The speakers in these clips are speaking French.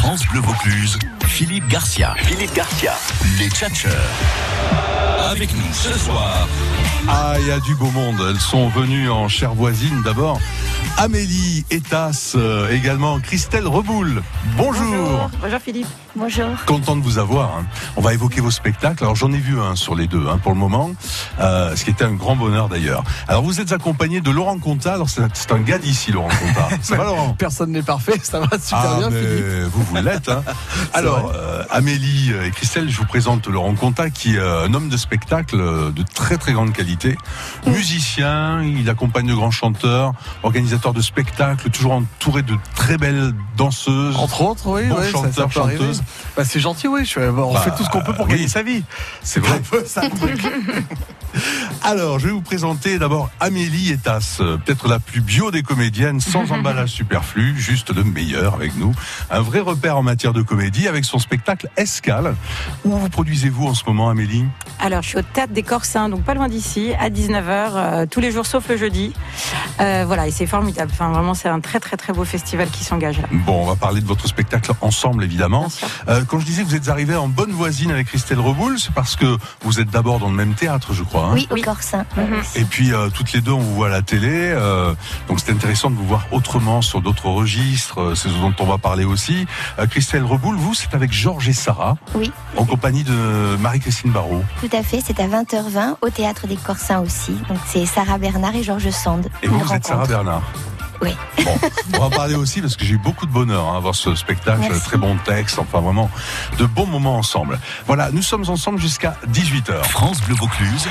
France Bleu Vaucluse, Philippe Garcia. Les Tchatcheurs. Avec nous ce soir. Ah, il y a du beau monde. Elles sont venues en chère voisine d'abord. Amélie Etas, également Christelle Reboul. Bonjour. Bonjour Philippe. Bonjour. Content de vous avoir. On va évoquer vos spectacles. Alors j'en ai vu un sur les deux pour le moment, ce qui était un grand bonheur d'ailleurs. Alors vous êtes accompagné de Laurent Contat. Alors c'est un gars d'ici, Laurent Contat. Ça va, Laurent? Personne n'est parfait, ça va super bien, mais Philippe. vous l'êtes. Alors Amélie et Christelle, je vous présente Laurent Contat, qui est un homme de spectacle de très très grande qualité, musicien. Il accompagne de grands chanteurs, organisateur de spectacles, toujours entouré de très belles danseuses. Entre autres, oui, bons ouais, chanteurs, ça peut arriver. chanteuses. Bah, c'est gentil, oui. On fait tout ce qu'on peut pour gagner sa vie. C'est vrai. Un peu ça, le truc. Alors, je vais vous présenter d'abord Amélie Etas, peut-être la plus bio des comédiennes, sans emballage superflu, juste le meilleur avec nous. Un vrai repère en matière de comédie avec son spectacle Escale. Où vous produisez-vous en ce moment, Amélie? Alors, je suis au Théâtre des Corsins, donc pas loin d'ici, à 19h, tous les jours sauf le jeudi. Voilà, et c'est formidable. Enfin, vraiment, c'est un très très très beau festival qui s'engage là. Bon, on va parler de votre spectacle ensemble, évidemment. Quand je disais que vous êtes arrivée en bonne voisine avec Christelle Reboul, c'est parce que vous êtes d'abord dans le même théâtre, je crois. Oui, au Corsin. Et puis, toutes les deux, on vous voit à la télé. Donc, c'est intéressant de vous voir autrement sur d'autres registres. C'est ce dont on va parler aussi. Christelle Reboul, vous, c'est avec Georges et Sarah. Oui. En compagnie de Marie-Christine Barrault. Tout à fait, c'est à 20h20 au Théâtre des Corsins aussi. Donc c'est Sarah Bernard et Georges Sand. Et vous êtes Sarah Bernard. Oui. Bon, on va en parler aussi parce que j'ai eu beaucoup de bonheur à voir ce spectacle. Merci. Très bon texte, enfin vraiment de bons moments ensemble. Voilà, nous sommes ensemble jusqu'à 18h. France Bleu Vaucluse.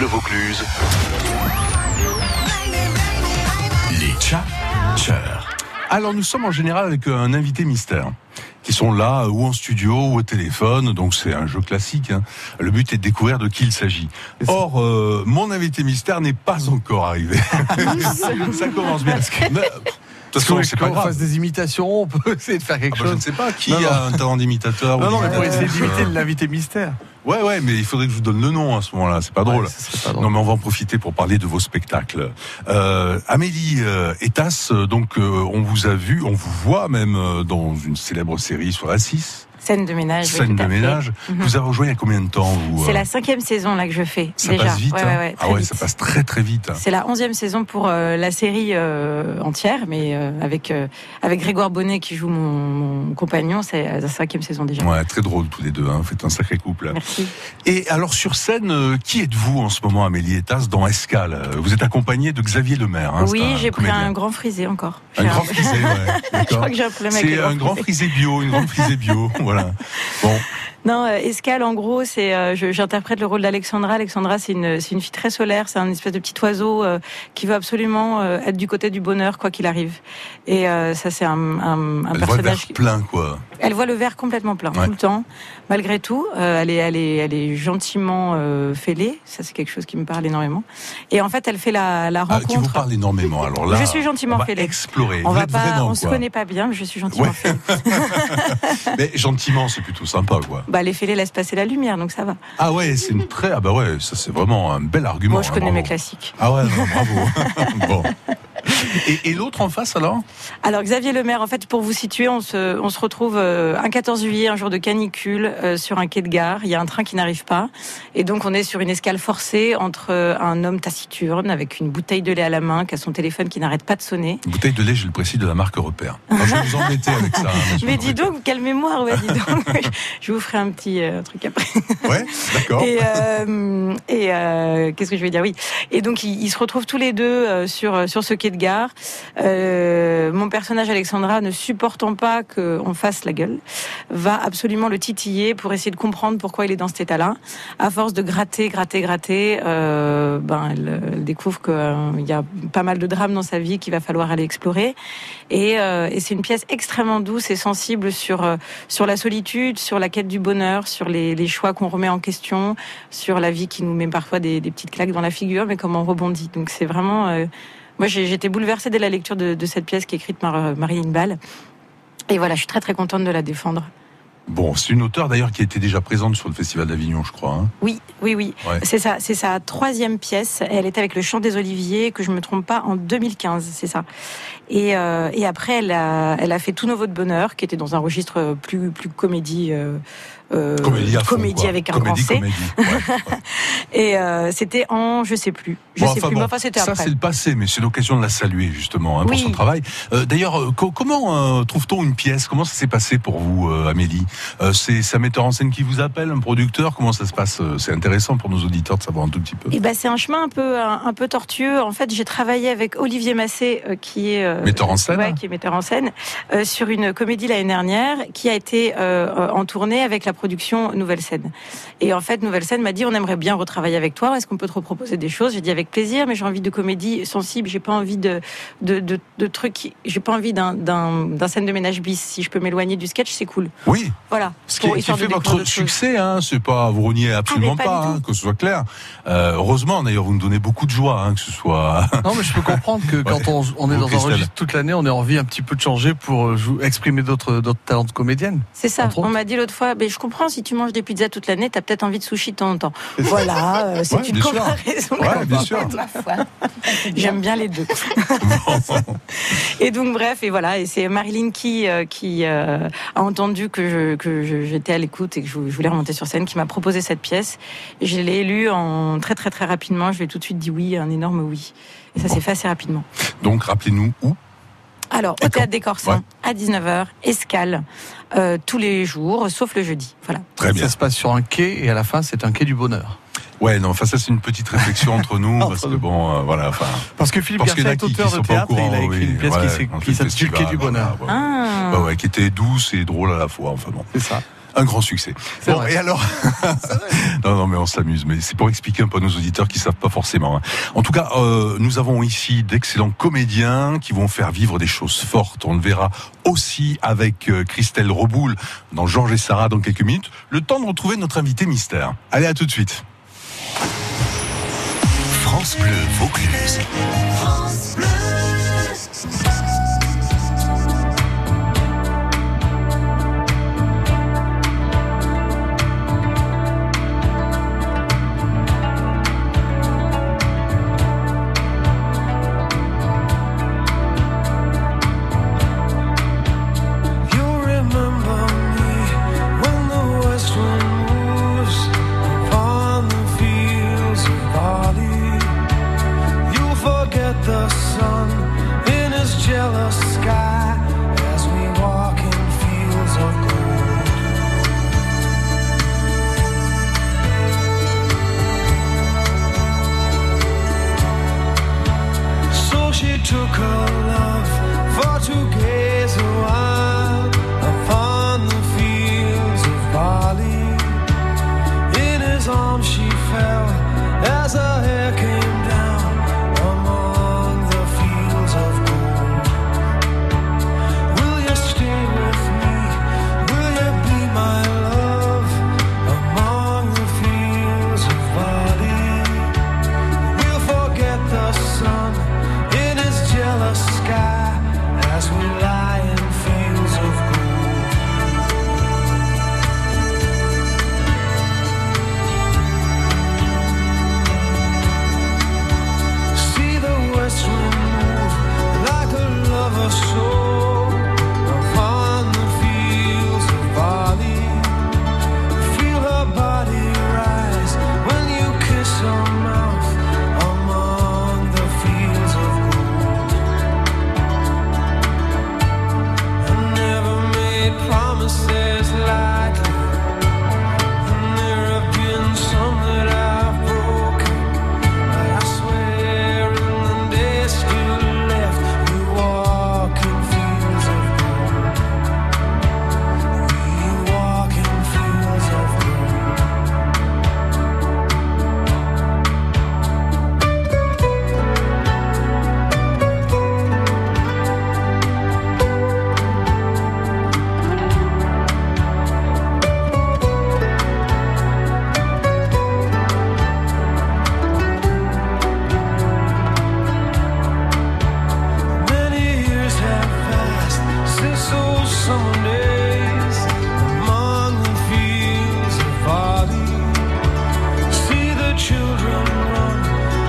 Les Tchatcheurs. Alors nous sommes en général avec un invité mystère, qui sont là ou en studio ou au téléphone, donc c'est un jeu classique. Le but est de découvrir de qui il s'agit. Or, mon invité mystère n'est pas encore arrivé. Ça commence bien. Mais, de toute façon, c'est pas qu'on grave. fasse des imitations, on peut essayer de faire quelque Je chose. ne sais pas qui Non, non. a un talent d'imitateur. Non, ou mais pour d'imitateur. essayer d'imiter l'invité mystère. Ouais, mais il faudrait que je vous donne le nom à ce moment-là. C'est pas drôle. Ouais, ce serait pas drôle. Non, mais on va en profiter pour parler de vos spectacles. Amélie Etas, donc on vous a vu, on vous voit même dans une célèbre série sur la 6. Scène de ménage. oui, Scène tout à de fait. ménage. Vous avez rejoint il y a combien de temps vous, C'est la 5e saison là que je fais. Ça déjà. passe vite. Ouais, Ah ouais, vite. ça passe très très vite. C'est la 11e saison pour la série entière, mais avec Grégoire Bonnet qui joue mon compagnon, c'est la 5e saison déjà. Ouais, très drôle tous les deux. Vous faites un sacré couple. Merci. Et alors sur scène, qui êtes-vous en ce moment, Amélie Etas, dans Escale? Vous êtes accompagnée de Xavier Lemaire. Oui, c'est un j'ai pris comédien. un grand frisé encore. Un grand frisé, ouais. Je D'accord. crois que j'ai un problème avec les C'est grands un grand frisés. frisé bio, une grande frisée bio. Voilà. Bon. Non, Escale, en gros, c'est j'interprète le rôle d'Alexandra. Alexandra, c'est une fille très solaire, c'est un espèce de petit oiseau qui veut absolument être du côté du bonheur, quoi qu'il arrive. Et ça, c'est un Elle voit le verre personnage. plein, quoi. Elle voit le verre complètement plein, Ouais. tout le temps. Malgré tout, elle est gentiment fêlée. Ça, c'est quelque chose qui me parle énormément. Et en fait, elle fait la rencontre. Qui vous parle énormément. Alors là, Je suis gentiment on va fêlée. explorer. On Vous va êtes pas, vraiment, on se quoi. connaît pas bien, mais je suis gentiment Ouais. fêlée. Mais gentiment, c'est plutôt sympa, quoi. Bah, les fêlés laissent passer la lumière, donc ça va. Ah ouais, c'est une très. Ah bah ouais, ça c'est vraiment un bel argument. Moi, je connais bravo. mes classiques. Ah ouais, non, bravo. Bon. Et l'autre en face alors? Alors Xavier Lemaire, en fait, pour vous situer, on se retrouve un 14 juillet, un jour de canicule, sur un quai de gare. Il y a un train qui n'arrive pas, et donc on est sur une escale forcée entre un homme taciturne avec une bouteille de lait à la main, qui a son téléphone qui n'arrête pas de sonner. Une bouteille de lait, je le précise, de la marque Repère. Moi, je vais vous embêter avec ça. Mais dis donc, quelle mémoire, ouais, dis donc. Je vous ferai un petit truc après. Ouais, d'accord. Et qu'est-ce que je vais dire? Oui. Et donc ils se retrouvent tous les deux sur ce quai de gare. Mon personnage Alexandra, ne supportant pas qu'on fasse la gueule, va absolument le titiller pour essayer de comprendre pourquoi il est dans cet état-là. À force de gratter, elle découvre qu'il y a pas mal de drames dans sa vie qu'il va falloir aller explorer. Et c'est une pièce extrêmement douce et sensible sur la solitude, sur la quête du bonheur, sur les choix qu'on remet en question, sur la vie qui nous met parfois des petites claques dans la figure, mais comment on rebondit. Donc c'est vraiment... moi, j'étais bouleversée dès la lecture de cette pièce qui est écrite par Marie Inbal. Et voilà, je suis très très contente de la défendre. Bon, c'est une auteure d'ailleurs qui était déjà présente sur le Festival d'Avignon, je crois. Hein. Oui. Ouais. C'est sa 3e pièce. Elle était avec le Chant des Oliviers, que je me trompe pas, en 2015, c'est ça. Et après, elle a fait Tout Nouveau de Bonheur, qui était dans un registre plus comédie. Comédie avec un grand C. Et c'était en, je sais plus. Mais enfin, c'était après. Ça, c'est le passé, mais c'est l'occasion de la saluer, justement, pour son travail. D'ailleurs, comment trouve-t-on une pièce? Comment ça s'est passé pour vous, Amélie? C'est sa metteur en scène qui vous appelle, un producteur? Comment ça se passe? C'est intéressant pour nos auditeurs de savoir un tout petit peu. C'est un chemin un peu tortueux. En fait, j'ai travaillé avec Olivier Massé, qui est metteur en scène. Ouais, qui est metteur en scène, sur une comédie l'année dernière, qui a été en tournée avec la production Nouvelle Scène. Et en fait, Nouvelle Scène m'a dit, on aimerait bien retravailler avec toi. Est-ce qu'on peut te proposer des choses? J'ai dit avec plaisir, mais j'ai envie de comédie sensible. J'ai pas envie de trucs. J'ai pas envie d'un scène de ménage bis. Si je peux m'éloigner du sketch, c'est cool. Oui. Voilà. Ce qui fait votre succès, c'est pas, vous reniez absolument pas, que ce soit clair. Heureusement, d'ailleurs, vous nous donnez beaucoup de joie, que ce soit. Non, mais je peux comprendre que quand on est dans un registre toute l'année, on a envie un petit peu de changer pour exprimer d'autres talents de comédienne. C'est ça. On m'a dit l'autre fois, je comprends, si tu manges des pizzas toute l'année, t'as peut-être envie de sushi de temps en temps. Voilà, c'est une comparaison. Ouais, bien sûr. J'aime bien les deux. Et donc bref, et voilà, et c'est Marilyn qui a entendu que j'étais à l'écoute et que je voulais remonter sur scène, qui m'a proposé cette pièce. Je l'ai lue en très très très rapidement. Je lui ai tout de suite dit oui, un énorme oui. Et ça s'est fait assez rapidement. Donc rappelez-nous où? Alors, au Théâtre des Corsins, à 19h, escale, tous les jours, sauf le jeudi. Voilà. Très bien. Ça se passe sur un quai et à la fin, c'est un quai du bonheur. Ouais, non, ça c'est une petite réflexion entre nous, parce que bon, voilà, parce que Philippe Garcia est auteur de théâtre et il a écrit une pièce qui s'intitule Quai du bonheur. Qui était douce et drôle à la fois, enfin bon. C'est ça. Un grand succès. Bon, et alors non, mais on s'amuse, mais c'est pour expliquer un peu à nos auditeurs qui savent pas forcément. En tout cas, nous avons ici d'excellents comédiens qui vont faire vivre des choses fortes. On le verra aussi avec Christelle Reboul dans Georges et Sarah dans quelques minutes. Le temps de retrouver notre invité mystère. Allez, à tout de suite. France Bleu Vaucluse. France Bleu.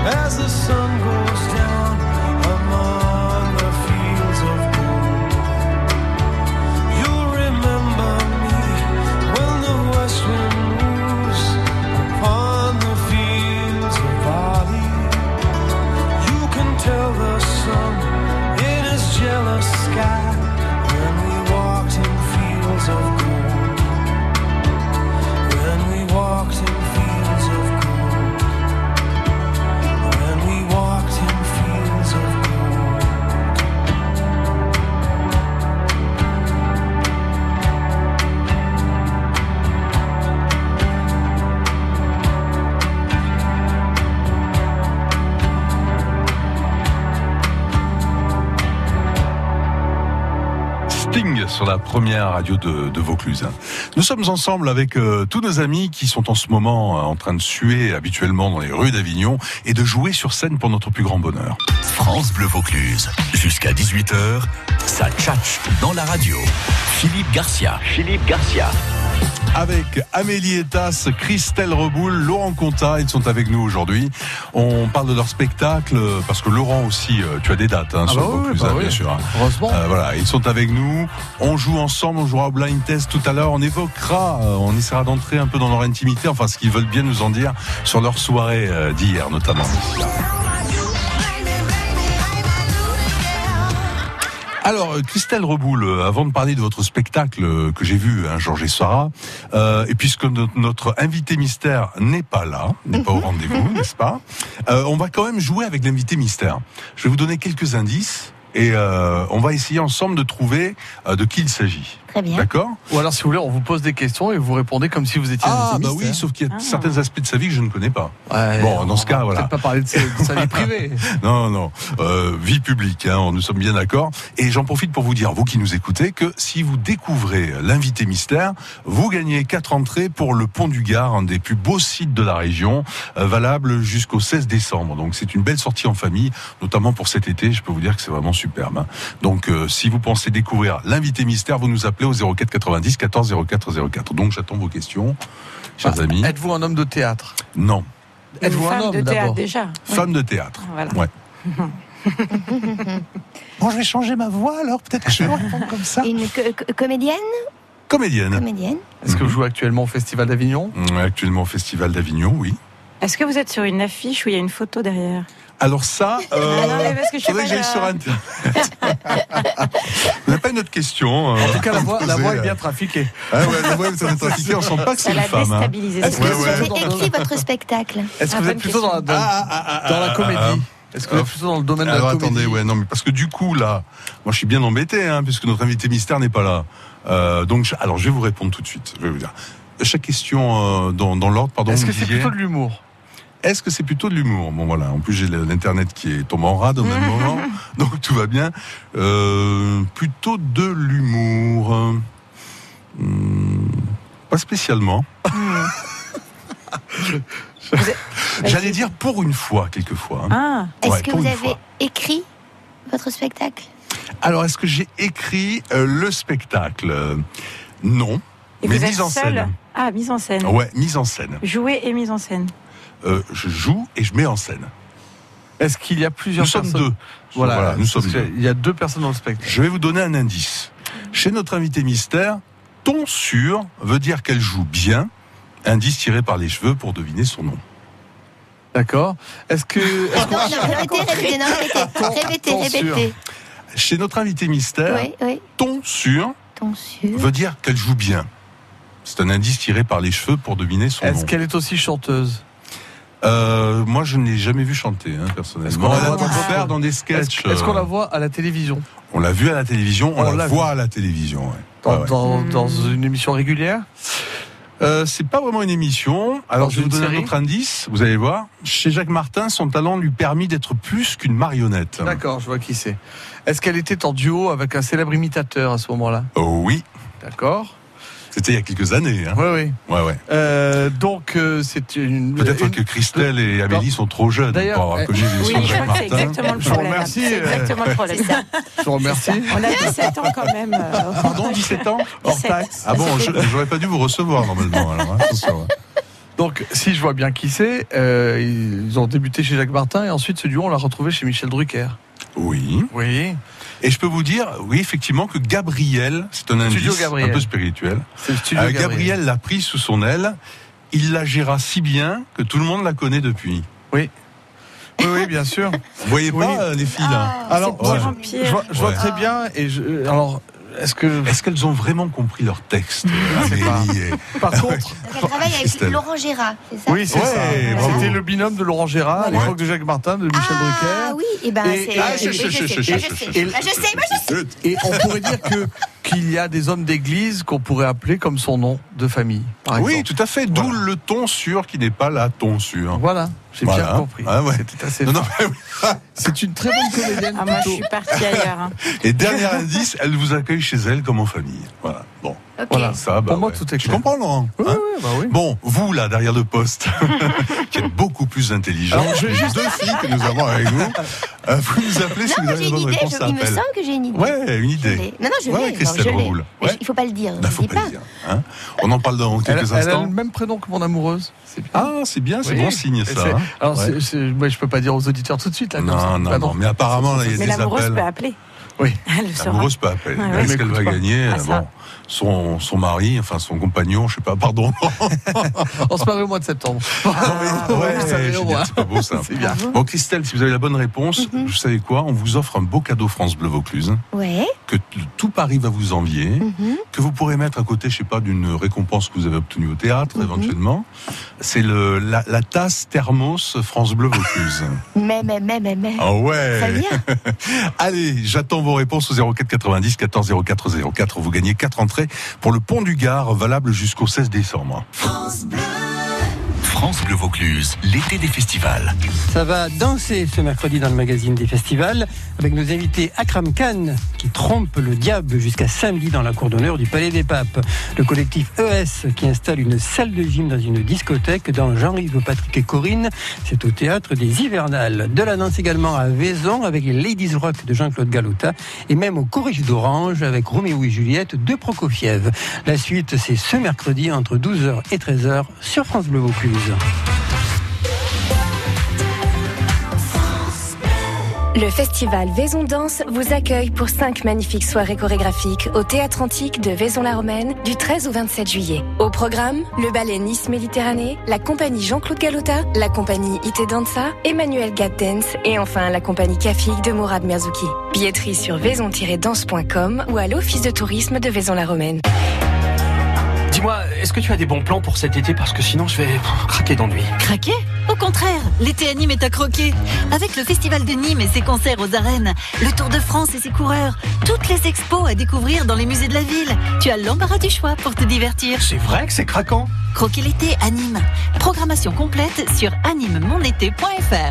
as the sun goes down among the fields of gold. You'll remember me when the west wind moves upon the fields of barley. You can tell the sun in his jealous sky when we walked in fields of gold. When we walked in fields of gold. When we walked in fields of gold. Sting sur la première radio de Vaucluse. Nous sommes ensemble avec tous nos amis qui sont en ce moment en train de suer habituellement dans les rues d'Avignon et de jouer sur scène pour notre plus grand bonheur. France Bleu Vaucluse. Jusqu'à 18h, ça tchatche dans la radio. Philippe Garcia. Avec Amélie Etas, Christelle Reboul, Laurent Conta, ils sont avec nous aujourd'hui. On parle de leur spectacle parce que Laurent aussi, tu as des dates sur Vaucluse, bien sûr. Heureusement. Voilà, ils sont avec nous. On joue ensemble, on jouera au blind test tout à l'heure. On évoquera, on essaiera d'entrer un peu dans leur intimité, enfin ce qu'ils veulent bien nous en dire sur leur soirée d'hier notamment. Alors, Christelle Reboul, avant de parler de votre spectacle que j'ai vu, Georges et Sarah, et puisque notre invité mystère n'est pas là, n'est pas au rendez-vous, n'est-ce pas, on va quand même jouer avec l'invité mystère. Je vais vous donner quelques indices et on va essayer ensemble de trouver de qui il s'agit. Très bien. D'accord ? Ou alors, si vous voulez, on vous pose des questions et vous répondez comme si vous étiez un invité oui, sauf qu'il y a certains aspects de sa vie que je ne connais pas. Ouais, bon, dans ce cas, voilà. Peut-être pas parler de sa vie privée. Non, vie publique, nous sommes bien d'accord. Et j'en profite pour vous dire, vous qui nous écoutez, que si vous découvrez l'invité mystère, vous gagnez 4 entrées pour le Pont du Gard, un des plus beaux sites de la région, valable jusqu'au 16 décembre. Donc c'est une belle sortie en famille, notamment pour cet été. Je peux vous dire que c'est vraiment superbe. Donc si vous pensez découvrir l'invité mystère, vous nous appelez au 04 90 14 04 04. Donc j'attends vos questions, chers amis. Êtes-vous un homme de théâtre ? Non. Êtes-vous un homme de théâtre d'abord ? déjà. Femme de théâtre. Voilà. Ouais. Bon, je vais changer ma voix alors, peut-être que je vais répondre comme ça. Une comédienne. Comédienne. Est-ce que vous jouez actuellement au Festival d'Avignon ? Actuellement au Festival d'Avignon, oui. Est-ce que vous êtes sur une affiche où il y a une photo derrière ? Alors ça, non, mais parce que je sais faudrait pas que j'aille sur Internet. Vous n'avez pas une autre question En tout cas, la voix est bien trafiquée. Ah ouais, la voix est bien trafiquée, on ne sent pas que c'est une femme. Déstabilisé. Est-ce que vous avez écrit votre spectacle ? Est-ce que vous êtes plutôt dans la comédie ? Est-ce que vous êtes plutôt dans le domaine de la comédie ? Attendez, non, mais parce que du coup, là, moi je suis bien embêté, puisque notre invité mystère n'est pas là. Donc, alors je vais vous répondre tout de suite. Je vais vous dire. Chaque question dans l'ordre, pardon. Est-ce que c'est plutôt de l'humour ? Est-ce que c'est plutôt de l'humour ? Bon voilà, en plus j'ai l'internet qui est tombé en rade au même moment, donc tout va bien. Plutôt de l'humour. Pas spécialement. J'allais dire pour une fois, quelquefois. Est-ce que vous avez écrit votre spectacle ? Alors, est-ce que j'ai écrit le spectacle ? Non. Et mais vous êtes mise en scène. seul ? Ah, mise en scène. Ouais, mise en scène. Jouer et mise en scène. Je joue et je mets en scène. Est-ce qu'il y a plusieurs personnes ? Nous sommes deux. Voilà, nous sommes deux. Il y a 2 personnes dans le spectacle. Je vais vous donner un indice. Chez notre invité mystère, ton sûr veut dire qu'elle joue bien. Indice tiré par les cheveux pour deviner son nom. D'accord. Est-ce que... Répétez. Chez notre invité mystère, ton sûr veut dire qu'elle joue bien. C'est un indice tiré par les cheveux pour deviner son nom. Est-ce qu'elle est aussi chanteuse ? Moi, je ne l'ai jamais vu chanter, personnellement. Est-ce qu'on la voit faire dans des sketchs Est-ce qu'on la voit à la télévision ? On l'a vu à la télévision, on la voit à la télévision. Ouais. Dans une émission régulière ? C'est pas vraiment une émission. Alors, je vais vous donner un autre indice. Vous allez voir. Chez Jacques Martin, son talent lui permit d'être plus qu'une marionnette. D'accord, je vois qui c'est. Est-ce qu'elle était en duo avec un célèbre imitateur à ce moment-là ? Oh oui. D'accord. C'était il y a quelques années. Oui. Ouais. Donc, c'est une... Peut-être que Christelle et Amélie sont trop jeunes pour avoir connu l'émission de Jacques Martin. C'est exactement le problème. Je vous remercie. C'est exactement le problème. Je vous remercie. On a 17 ans quand même. Pardon, 17 ans ? Hors taxe. Ah bon, j'aurais pas dû vous recevoir normalement. Alors, attention. Donc, si je vois bien qui c'est, ils ont débuté chez Jacques Martin et ensuite ce duo, on l'a retrouvé chez Michel Drucker. Oui. Oui. Et je peux vous dire, oui, effectivement, que Gabriel, c'est un indice Gabriel. un peu spirituel. C'est le studio Gabriel l'a pris sous son aile. Il la gérera si bien que tout le monde la connaît depuis. Oui. Oui, bien sûr. Vous voyez pas les filles là? Alors, c'est moi, pire en pire. je vois très bien. Et alors, est-ce qu'elles ont vraiment compris leur texte, sais pas. Amélie par contre, Elle travaille avec Christelle. Laurent Gérard, c'est ça? oui, c'est Ouais, ça. bravo. C'était le binôme de Laurent Gérard à Voilà. l'époque de Jacques Martin, de Michel Ah Drucker. oui, et ben Et- c'est. Ah, je sais. Et on pourrait dire qu'il y a des hommes d'église qu'on pourrait appeler comme son nom de famille, par Oui, exemple. tout à fait. D'où Voilà. le tonsure qui n'est pas la tonsure. Voilà, j'ai Voilà. bien compris. Ah ouais. C'était assez Non, non, fort. C'est une très bonne comédienne. Ah, moi, je plutôt. suis partie ailleurs. Hein. Et dernier indice, elle vous accueille chez elle comme en famille. Voilà. Bon, Ok. Voilà. ça, Pour moi, tout est Tu clair. comprends, Laurent? Oui, Hein oui, bah oui. Bon, vous là derrière le poste, qui êtes beaucoup plus intelligent. Alors, J'ai juste deux filles que nous avons avec nous. Vous nous appelez si Non, vous moi avez j'ai la une bonne idée, réponse. il me appelle. semble que j'ai une idée. Ouais, une Je idée. l'ai. Non, je Ouais, l'ai. Christelle je l'ai. Raoul. Mais Ouais. il faut pas le dire. Ben, Je faut dis pas pas. le dire. Hein, on en parle dans Elle, quelques elle a instants. le même prénom que mon amoureuse. C'est bien. Ah, c'est bien, c'est Oui. bon signe Et ça. c'est- hein. Alors, Ouais. moi, je peux pas dire aux auditeurs tout de suite. Là, comme ça. Non, non, Bah non, mais apparemment, là, il y a Mais des l'amoureuse peut appels. appeler. Oui. Elle le saura. L'amoureuse peut appeler. Ouais, Mais ouais. est-ce qu'elle va M'écoute pas. gagner Ah, ça. bon, son mari, enfin son compagnon, je sais pas, pardon. On se marie au mois de septembre. Ouais, vous savez, je au veux dire, moins. c'est pas beau ça. C'est bien. Bon, Christelle, si vous avez la bonne réponse, vous savez quoi? On vous offre un beau cadeau France Bleu Vaucluse, Ouais. que tout Paris va vous envier, que vous pourrez mettre à côté, je sais pas, d'une récompense que vous avez obtenue au théâtre, éventuellement. C'est la tasse thermos France Bleu Vaucluse. Mais. Ah ouais! Ça vient. Allez, j'attends vos réponses au 04 90 14 04 04. Vous gagnez 4 entrées pour le Pont du Gard, valable jusqu'au 16 décembre. France Bleu Vaucluse, l'été des festivals. Ça va danser ce mercredi dans le magazine des festivals avec nos invités Akram Khan qui trompe le diable jusqu'à samedi dans la cour d'honneur du Palais des Papes. Le collectif ES qui installe une salle de gym dans une discothèque dans Jean-Yves, Patrick et Corinne. C'est au théâtre des Hivernales. De la danse également à Vaison avec les Ladies Rock de Jean-Claude Galota et même au Corrige d'Orange avec Roméo et Juliette de Prokofiev. La suite c'est ce mercredi entre 12h et 13h sur France Bleu Vaucluse. Le festival Vaison Danse vous accueille pour 5 magnifiques soirées chorégraphiques au Théâtre Antique de Vaison-la-Romaine du 13 au 27 juillet. Au programme, le ballet Nice Méditerranée, la compagnie Jean-Claude Galota, la compagnie Ité Danza, Emmanuel Gad Dance et enfin la compagnie Kafik de Mourad Merzouki. Billetterie sur vaison-danse.com ou à l'office de tourisme de Vaison-la-Romaine. Dis-moi, est-ce que tu as des bons plans pour cet été? Parce que sinon, je vais craquer d'ennui. Craquer? Au contraire, l'été à Nîmes est à croquer. Avec le Festival de Nîmes et ses concerts aux arènes, le Tour de France et ses coureurs, toutes les expos à découvrir dans les musées de la ville. Tu as l'embarras du choix pour te divertir. C'est vrai que c'est craquant. Croquer l'été à Nîmes. Programmation complète sur animemonété.fr.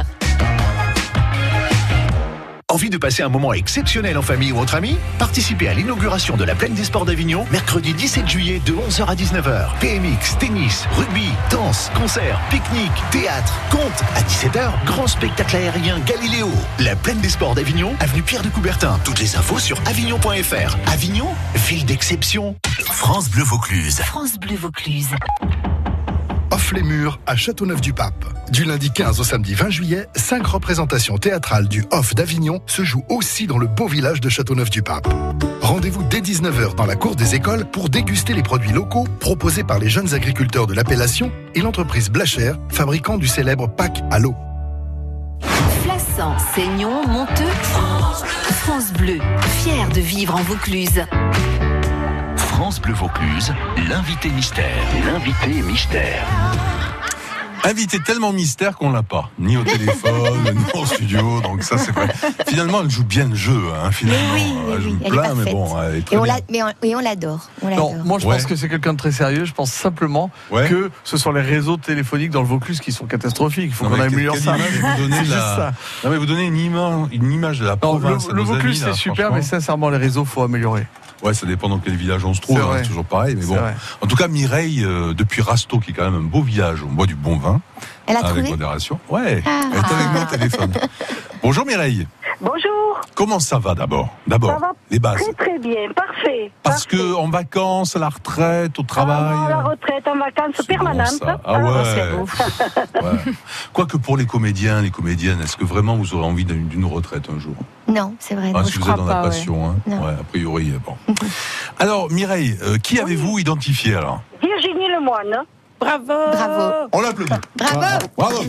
Envie de passer un moment exceptionnel en famille ou entre amis? Participez à l'inauguration de la Plaine des Sports d'Avignon, mercredi 17 juillet de 11h à 19h. PMX, tennis, rugby, danse, concert, pique-nique, théâtre, conte. À 17h, grand spectacle aérien Galiléo. La Plaine des Sports d'Avignon, avenue Pierre de Coubertin. Toutes les infos sur avignon.fr. Avignon, ville d'exception. France Bleu Vaucluse. France Bleu Vaucluse. Off les murs à Châteauneuf-du-Pape. Du lundi 15 au samedi 20 juillet, 5 représentations théâtrales du Off d'Avignon se jouent aussi dans le beau village de Châteauneuf-du-Pape. Rendez-vous dès 19h dans la cour des écoles pour déguster les produits locaux proposés par les jeunes agriculteurs de l'appellation et l'entreprise Blacher, fabricant du célèbre pack à l'eau. Flassan, Seignon, Monteux. France Bleu, fier de vivre en Vaucluse. France Bleu Vaucluse, l'invité mystère. L'invité mystère. Invité tellement mystère qu'on l'a pas, ni au téléphone, ni en studio, donc ça c'est vrai. Finalement, elle joue bien le jeu, hein, finalement. Mais oui, Elle joue elle est plein, parfaite. mais bon, elle est très Et on bien. l'adore. Non, moi je Ouais. pense que c'est quelqu'un de très sérieux. Je pense simplement Ouais. que ce sont les réseaux téléphoniques dans le Vaucluse qui sont catastrophiques. Il faut Non, qu'on mais améliore quelle ça. image vous donnez, C'est juste là ça. Non, mais vous donnez une image de la Non, province. à le nos Vaucluse amis, là, c'est super, mais franchement. sincèrement les réseaux faut améliorer. Ouais, ça dépend dans quel village on se trouve, C'est hein, vrai. c'est toujours pareil, mais C'est bon. vrai. En tout cas, Mireille, depuis Rasto, qui est quand même un beau village, on boit du bon vin. Elle a avec trouvé. modération. Ouais, Ah. elle est avec nous au téléphone. Bonjour Mireille. Bonjour. Comment ça va d'abord Ça va les bases. très très bien, parfait. Parce que en vacances, à la retraite, au travail. Ah, la retraite, en vacances permanentes. Bon, ah ouais. c'est beau. Ouais. Quoique pour les comédiens, les comédiennes, est-ce que vraiment vous aurez envie d'une retraite un jour? Non, c'est vrai. Ah, Non, si je vous êtes crois dans la pas, passion, hein. Non. Ouais, a priori, bon. Alors Mireille, qui avez-vous identifié alors? Virginie Lemoine. Bravo. On l'applaudit. Bravo.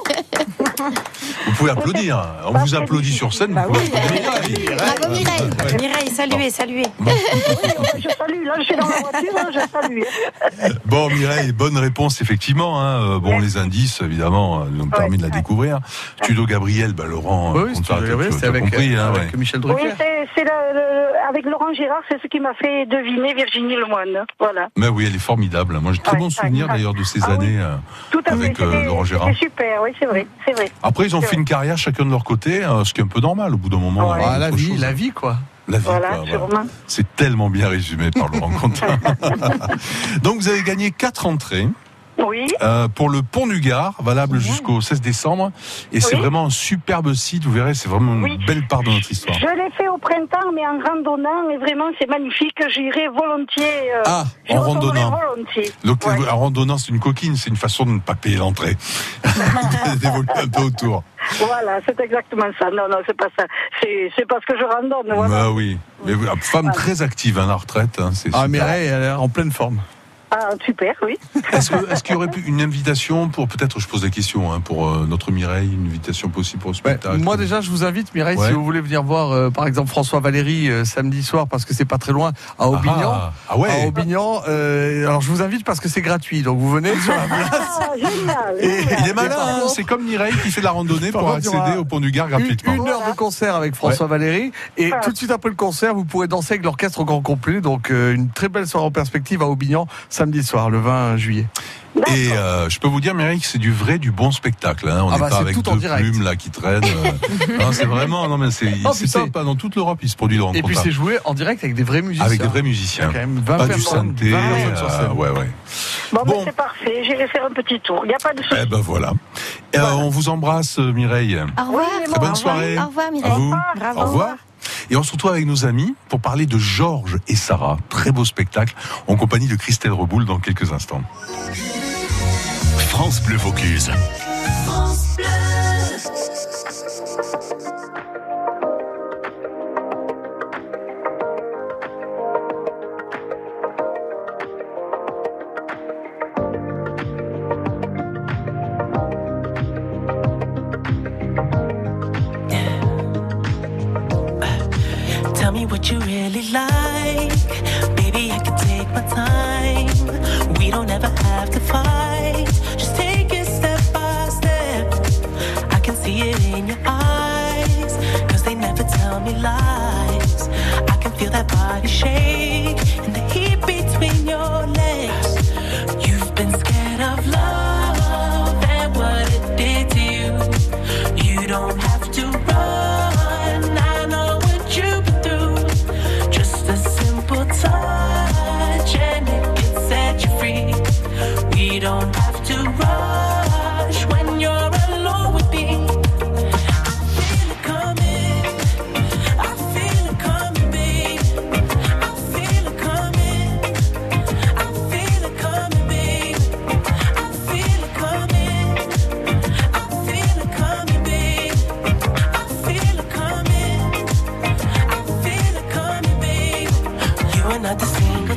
Vous pouvez applaudir. On vous applaudit sur scène. Vous pouvez applaudir. Bravo Mireille. Mireille, saluez. Oui, je salue. Là, je suis dans la voiture, je salue. Bon, Mireille, bonne réponse, effectivement. Hein. Bon, les indices, évidemment, nous ont permis de la découvrir. Studio Gabriel, Laurent, Studio Gabriel, c'est avec, compris, avec Michel Drucker. Oui, c'est avec Laurent Gérard, c'est ce qui m'a fait deviner Virginie Lemoine. Voilà. Mais oui, elle est formidable. Moi, j'ai très bon souvenir d'ailleurs de ces années Tout à avec fait. Laurent Gérard. C'est super, oui, c'est vrai. Après, ils ont fait une carrière chacun de leur côté, ce qui est un peu normal au bout d'un moment. Ouais. La vie, quoi. La vie, voilà, quoi, voilà. C'est tellement bien résumé par Laurent Contin. Donc, vous avez gagné 4 entrées. Oui. Pour le Pont du Gard, valable jusqu'au 16 décembre. Et c'est vraiment un superbe site, vous verrez, c'est vraiment une belle part de notre histoire. Je l'ai fait au printemps, mais en randonnant, et vraiment, c'est magnifique. J'irai volontiers. En randonnant. Volontiers. Donc, en randonnant, c'est une coquine, c'est une façon de ne pas payer l'entrée. D'évoluer un peu autour. Voilà, c'est exactement ça. Non, c'est pas ça. C'est parce que je randonne. Voilà. Bah oui. Mais, femme très active à la retraite. Hein, Mireille, elle est en pleine forme. Ah, super, oui. Est-ce qu'il y aurait une invitation pour, peut-être je pose la question, pour notre Mireille, une invitation possible pour le spectacle? Moi déjà, je vous invite, Mireille, si vous voulez venir voir, par exemple, François Valéry samedi soir, parce que c'est pas très loin, à Aubignan. Ah ouais. À Aubignan. Alors je vous invite parce que c'est gratuit, donc vous venez sur la place. Génial. Il est malin, c'est comme Mireille qui fait de la randonnée pour accéder au Pont du Gard gratuitement. Une heure de concert avec François Valéry, et tout de suite après le concert, vous pourrez danser avec l'orchestre au grand complet. Donc une très belle soirée en perspective à Aubignan samedi soir, le 20 juillet. Et je peux vous dire, Mireille, que c'est du bon spectacle. Hein. On n'est pas avec deux plumes là qui traînent. Non, c'est vraiment, c'est top. Dans toute l'Europe, il se produit dans le Et puis c'est joué en direct avec des vrais musiciens. Avec des vrais musiciens. Quand même 20 pas du synthé. Ouais. Bon, c'est parfait. J'irai faire un petit tour. Il n'y a pas de souci. Eh ben voilà. On vous embrasse, Mireille. Au revoir. Très bonne soirée. Au revoir, Mireille. À vous. Bravo. Au revoir. Et on se retrouve avec nos amis pour parler de Georges et Sarah. Très beau spectacle en compagnie de Christelle Reboul dans quelques instants. France Bleu Vaucluse. France Bleu. Tell me what you really like. Baby, I can take my time. We don't ever have to fight. Just take it step by step. I can see it in your eyes. Cause they never tell me lies. I can feel that body shake and the heat between your legs. You've been scared of love and what it did to you. You don't have to run. I know what you've been through. Just a simple touch and it can set you free. We don't have to rush when you're alone with me. I feel it coming. I feel it coming, babe. I feel it coming. I feel it coming, babe. I feel it coming. I feel it coming, babe. I feel it coming. I feel it coming, babe. You are not the single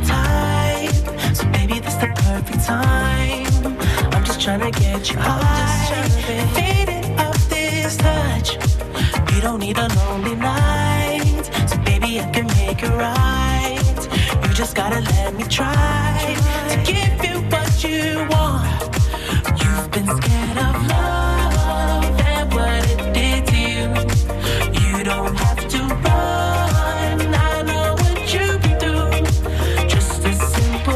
type, so baby, this the perfect time. I'm just trying to get you high, faded off this touch. You don't need a lonely night, so baby, I can make it right. You just gotta let me try to give you what you want. You've been scared of love and what it did to you. You don't have to run. I know what you've been through. Just a simple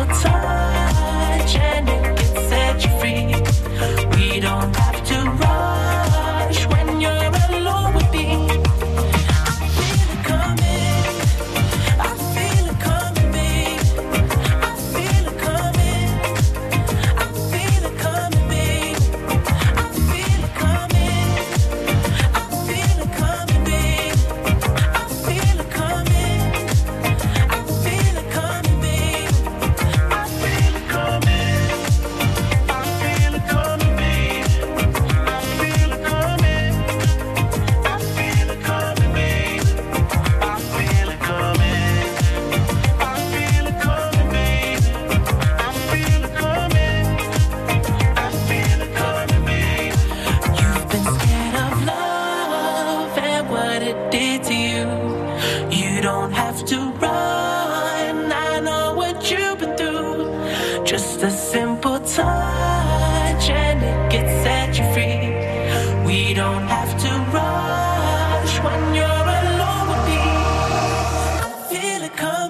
touch and it can set you free. We don't have to rush when you're alone with me. I feel it coming. I feel it coming, babe. I feel it coming. I feel it coming, babe. I Just a simple touch and it can set you free. We don't have to rush when you're alone with me. I feel it coming.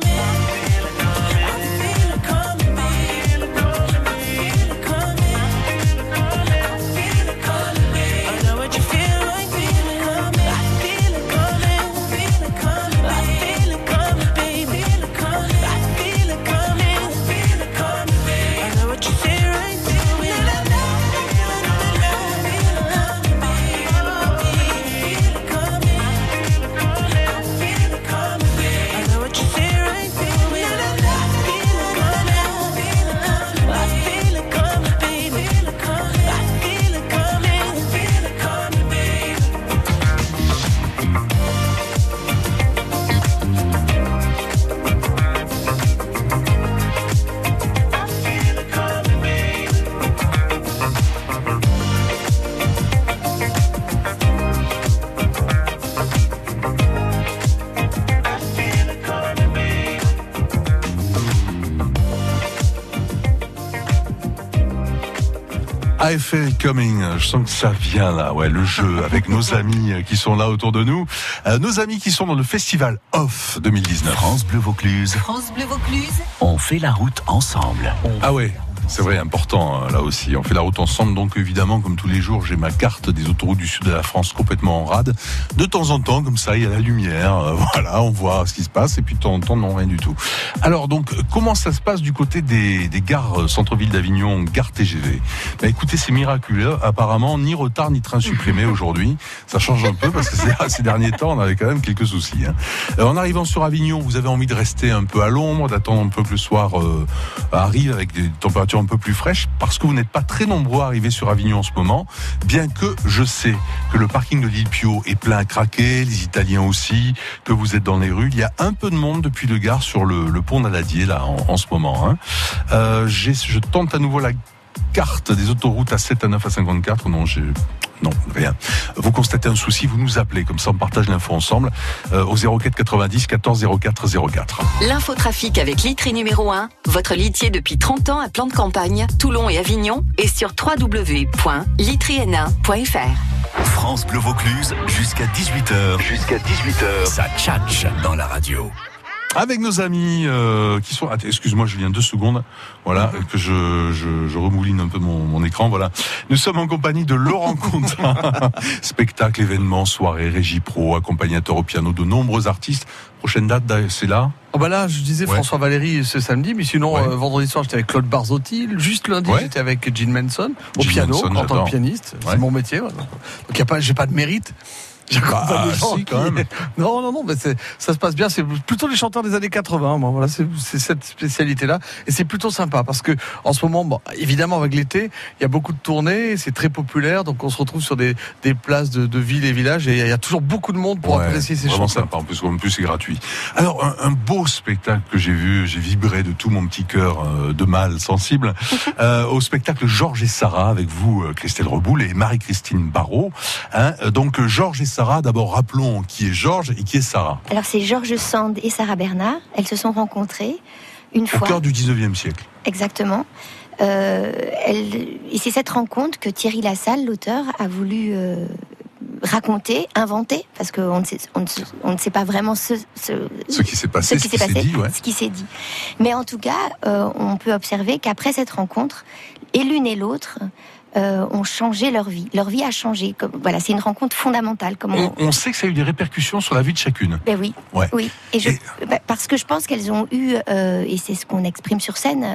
I Feel It Coming, je sens que ça vient là, ouais, le jeu avec nos amis qui sont là autour de nous, nos amis qui sont dans le festival Off 2019. France Bleu Vaucluse. France Bleu Vaucluse. On fait la route ensemble. Ah ouais. C'est vrai, important là aussi. On fait la route ensemble, donc évidemment, comme tous les jours, j'ai ma carte des autoroutes du sud de la France complètement en rade. De temps en temps, comme ça, il y a la lumière, voilà, on voit ce qui se passe, et puis de temps en temps, non, rien du tout. Alors donc, comment ça se passe du côté des gares centre-ville d'Avignon, gare TGV? Bah, écoutez, c'est miraculeux. Apparemment, ni retard ni train supprimé aujourd'hui. Ça change un peu parce que ces derniers temps, on avait quand même quelques soucis. En arrivant sur Avignon, vous avez envie de rester un peu à l'ombre, d'attendre un peu que le soir arrive avec des températures un peu plus fraîche, parce que vous n'êtes pas très nombreux à arriver sur Avignon en ce moment, bien que je sais que le parking de l'île Pio est plein à craquer, les Italiens aussi, que vous êtes dans les rues. Il y a un peu de monde depuis le gare sur le pont d'Aladier là en ce moment. Je tente à nouveau la carte des autoroutes A7, A9, A54. Non, rien. Vous constatez un souci, vous nous appelez, comme ça on partage l'info ensemble, au 04 90 14 04 04. L'infotrafic avec Litry numéro 1, votre litier depuis 30 ans à plan de campagne, Toulon et Avignon, et sur www.litryn1.fr. France Bleu Vaucluse, jusqu'à 18h. Jusqu'à 18h, ça tchatche dans la radio. Avec nos amis qui sont... Attends, excuse-moi Julien, 2 secondes. Voilà, que je remouline un peu mon écran. Voilà. Nous sommes en compagnie de Laurent Contin. Spectacle, événements, soirée, régie pro, accompagnateur au piano de nombreux artistes. Prochaine date, c'est là? Oh bah là, je disais François Valéry ce samedi, mais sinon vendredi soir j'étais avec Claude Barzotti, juste lundi j'étais avec Gene Manson au piano en tant que pianiste. C'est mon métier. Voilà. Donc j'ai pas de mérite. Bah, si, quand même. Non, mais ça se passe bien. C'est plutôt les chanteurs des années 80. Moi, voilà, c'est cette spécialité-là, et c'est plutôt sympa parce que en ce moment, bon, évidemment, avec l'été, il y a beaucoup de tournées, c'est très populaire, donc on se retrouve sur des places de villes et villages, et il y a toujours beaucoup de monde pour apprécier ces chanteurs. Sympa. En plus, c'est gratuit. Alors, un beau spectacle que j'ai vu, j'ai vibré de tout mon petit cœur de mâle sensible au spectacle Georges et Sarah avec vous, Christelle Reboul et Marie-Christine Barrault. Donc Georges et Sarah, d'abord rappelons qui est Georges et qui est Sarah. Alors c'est Georges Sand et Sarah Bernard. Elles se sont rencontrées une fois. Au cœur du 19e siècle. Exactement. Et c'est cette rencontre que Thierry Lassalle, l'auteur, a voulu raconter, inventer, parce qu'on ne sait pas vraiment ce qui s'est passé, ce qui s'est dit. Mais en tout cas, on peut observer qu'après cette rencontre, et l'une et l'autre ont changé leur vie. Leur vie a changé. Voilà, c'est une rencontre fondamentale. On sait que ça a eu des répercussions sur la vie de chacune. Ben oui. Ouais. Oui. Parce que je pense qu'elles ont eu, et c'est ce qu'on exprime sur scène,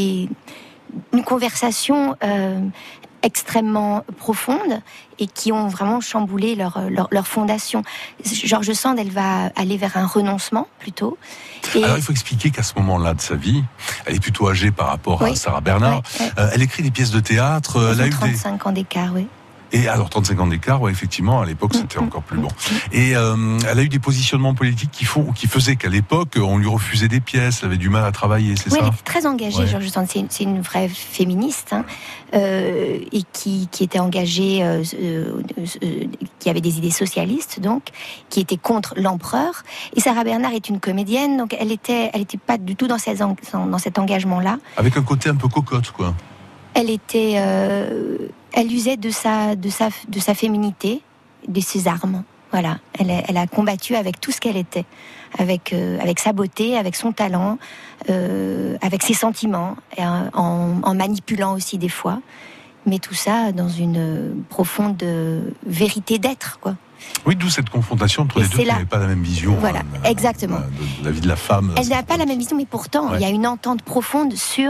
une conversation extrêmement profonde et qui ont vraiment chamboulé leur fondation. Georges Sand, elle va aller vers un renoncement plutôt. Alors il faut expliquer qu'à ce moment-là de sa vie, elle est plutôt âgée par rapport à Sarah Bernard. Elle écrit des pièces de théâtre. Elle a eu 35 ans d'écart, oui. Et alors 35 ans d'écart, ouais, effectivement, à l'époque c'était encore plus long. Et elle a eu des positionnements politiques qui faisaient qu'à l'époque on lui refusait des pièces, elle avait du mal à travailler, c'est oui, ça? elle était très engagée, Ouais. Georges Sand. C'est une vraie féministe et qui était engagée, qui avait des idées socialistes, donc, qui était contre l'empereur. Et Sarah Bernhardt est une comédienne, donc elle était pas du tout dans cet engagement-là. Avec un côté un peu cocotte, quoi. Elle usait de sa féminité, de ses armes. Voilà, elle a combattu avec tout ce qu'elle était, avec sa beauté, avec son talent, avec ses sentiments, en manipulant aussi des fois, mais tout ça dans une profonde vérité d'être, quoi. Oui, d'où cette confrontation entre les deux qui n'avaient pas la même vision. Voilà, exactement. De la vie de la femme. Elle n'a pas la même vision, mais pourtant, il y a une entente profonde sur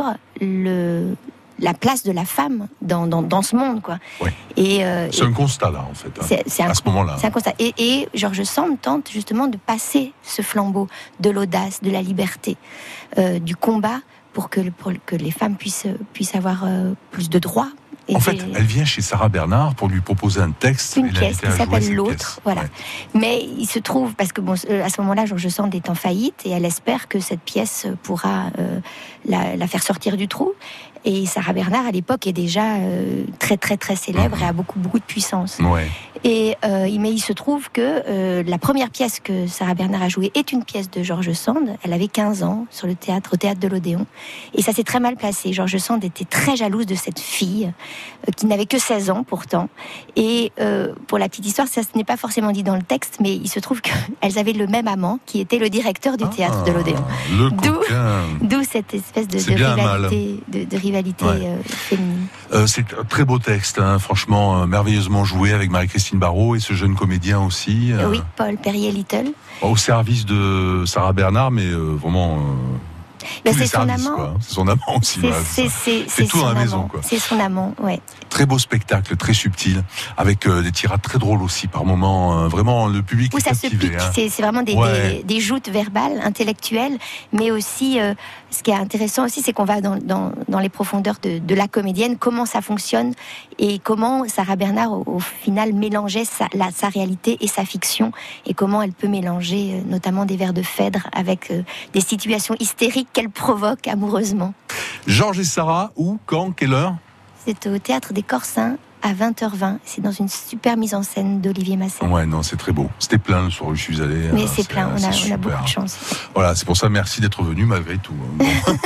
la place de la femme dans ce monde, quoi. Ouais. C'est un constat, là, en fait. À ce moment-là. C'est un constat. Et Georges Sand tente justement de passer ce flambeau de l'audace, de la liberté, du combat pour que les femmes puissent avoir plus de droits. En fait, elle vient chez Sarah Bernhardt pour lui proposer un texte. Une pièce qui s'appelle L'Autre, voilà. Ouais. Mais il se trouve, parce que à ce moment-là, Georges Sand est en faillite et elle espère que cette pièce pourra la faire sortir du trou. Et Sarah Bernhardt, à l'époque, est déjà très, très, très célèbre et a beaucoup, beaucoup de puissance. Ouais. Mais il se trouve que la première pièce que Sarah Bernhardt a jouée est une pièce de Georges Sand. Elle avait 15 ans au théâtre de l'Odéon. Et ça s'est très mal placé. Georges Sand était très jalouse de cette fille qui n'avait que 16 ans pourtant. Et pour la petite histoire, ça ce n'est pas forcément dit dans le texte, mais il se trouve qu'elles avaient le même amant qui était le directeur du théâtre de l'Odéon. D'où cette espèce de rivalité féminine. C'est un très beau texte, hein, franchement, merveilleusement joué avec Marie-Christine Barrault et ce jeune comédien aussi. Oui, Paul Perrier-Little. Au service de Sarah Bernhardt, mais vraiment... c'est son amant. C'est son amant aussi. C'est tout dans la maison, quoi. C'est son amant, ouais. Très beau spectacle, très subtil, avec des tirades très drôles aussi par moments. Vraiment, le public est captivé. Ça se pique. C'est vraiment des joutes verbales, intellectuelles, mais aussi, ce qui est intéressant aussi, c'est qu'on va dans les profondeurs de la comédienne, comment ça fonctionne et comment Sarah Bernhardt, au final, mélangeait sa réalité et sa fiction, et comment elle peut mélanger notamment des vers de Phèdre avec des situations hystériques qu'elle provoque amoureusement. Georges et Sarah, où, quand, quelle heure? C'est au Théâtre des Corsins à 20h20. C'est dans une super mise en scène d'Olivier Massé. Ouais, non, c'est très beau. C'était plein le soir où je suis allé. Mais c'est plein, on a beaucoup de chance. Voilà, c'est pour ça, merci d'être venu malgré tout. Bon.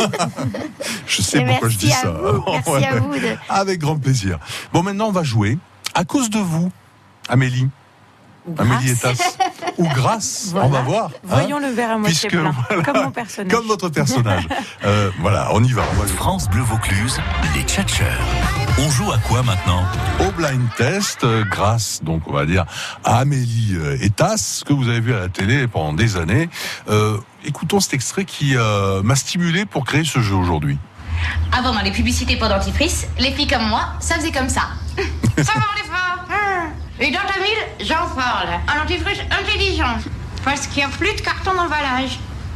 Je sais pourquoi je dis ça. Merci à vous. Avec grand plaisir. Bon, maintenant, on va jouer. À cause de vous, Amélie. Amélie Etas. Ou grâce, voilà. On va voir. Voyons le verre à moitié plein, voilà, comme mon personnage. Comme votre personnage. Voilà, on y va. France Bleu Vaucluse, les tchatcheurs. On joue à quoi maintenant? Au blind test, grâce, donc on va dire, à Amélie Etas, que vous avez vu à la télé pendant des années. Écoutons cet extrait qui m'a stimulé pour créer ce jeu aujourd'hui. Avant, dans les publicités pour dentifrice, les filles comme moi, ça faisait comme ça. Ça va les frères. Et dans ta ville, j'en parle. Un dentifrice intelligent. Parce qu'il n'y a plus de carton d'emballage.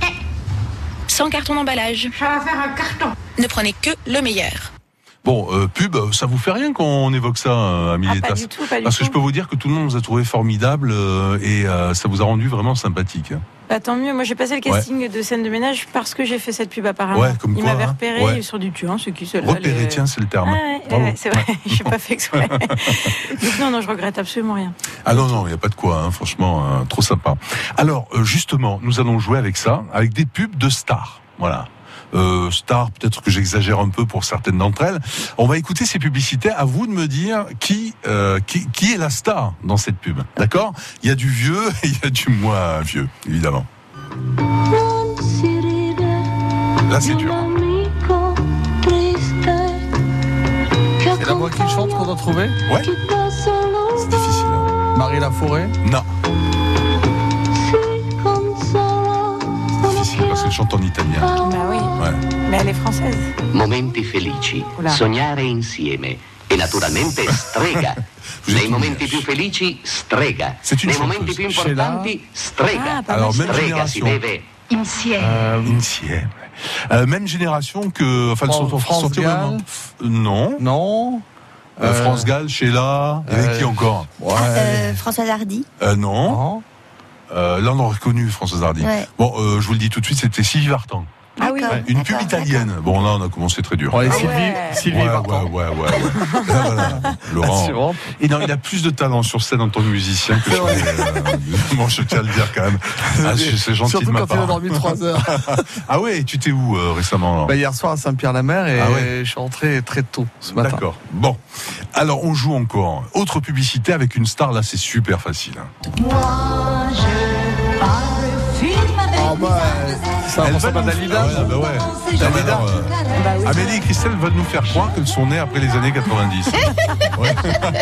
Sans carton d'emballage. Ça va faire un carton. Ne prenez que le meilleur. Bon, pub, ça vous fait rien qu'on évoque ça, Amélie Etas? Pas du tout, pas du Parce que tout. je peux vous dire que tout le monde vous a trouvé formidable et ça vous a rendu vraiment sympathique. Bah, tant mieux, moi j'ai passé le casting de scène de ménage parce que j'ai fait cette pub apparemment. Ouais, comme il quoi, m'avait hein. repéré Ouais. sur du tu, c'est qui celle-là? Repéré, tiens, c'est le terme. C'est vrai, j'ai pas fait exprès. Donc non, je regrette absolument rien. Ah non, il n'y a pas de quoi, hein, franchement, trop sympa. Alors, justement, nous allons jouer avec ça, avec des pubs de stars. Voilà. Stars, peut-être que j'exagère un peu pour certaines d'entre elles. On va écouter ces publicités. À vous de me dire qui est la star dans cette pub. D'accord? Il y a du vieux et il y a du moins vieux, évidemment. Là, c'est dur. C'est la voix qui chante qu'on a trouvée? Ouais. C'est difficile. Marie Laforêt? Non. C'est difficile parce qu'elle chante en italien. Bah oui. Ouais. Mais elle est française. Momenti felici, sognare insieme e naturalmente strega. Nei momenti più felici, strega. Nei momenti più importanti, strega. Alors, même Strega si génération. deve Insieme. Même génération que... Enfin, France Gall. Non. Non. France Gall, Sheila, il y avait qui encore? Françoise Hardy. Non. Là, on aurait reconnu Françoise Hardy. Ouais. Bon, je vous le dis tout de suite, c'était Sylvie Vartan. Ah oui. Une pub italienne. Bon, là, on a commencé très dur. Ouais, Sylvie Vartan. Ouais. Là, voilà. Laurent. Et non, il a plus de talent sur scène en tant que musicien que bon, je tiens à le dire quand même. C'est gentil Surtout de ma part. quand il a dormi 3 heures. Ah ouais, tu t'es où récemment? Hier soir à Saint-Pierre-la-Mer et je suis rentré très tôt ce matin. D'accord. Bon. Alors, on joue encore. Autre publicité avec une star, là, c'est super facile. Moi, je parfume avec ça ressemble à Dalida. Bah ouais. Dalida. Amélie et Christelle veulent nous faire croire qu'elles sont nées après les années 90. Ouais.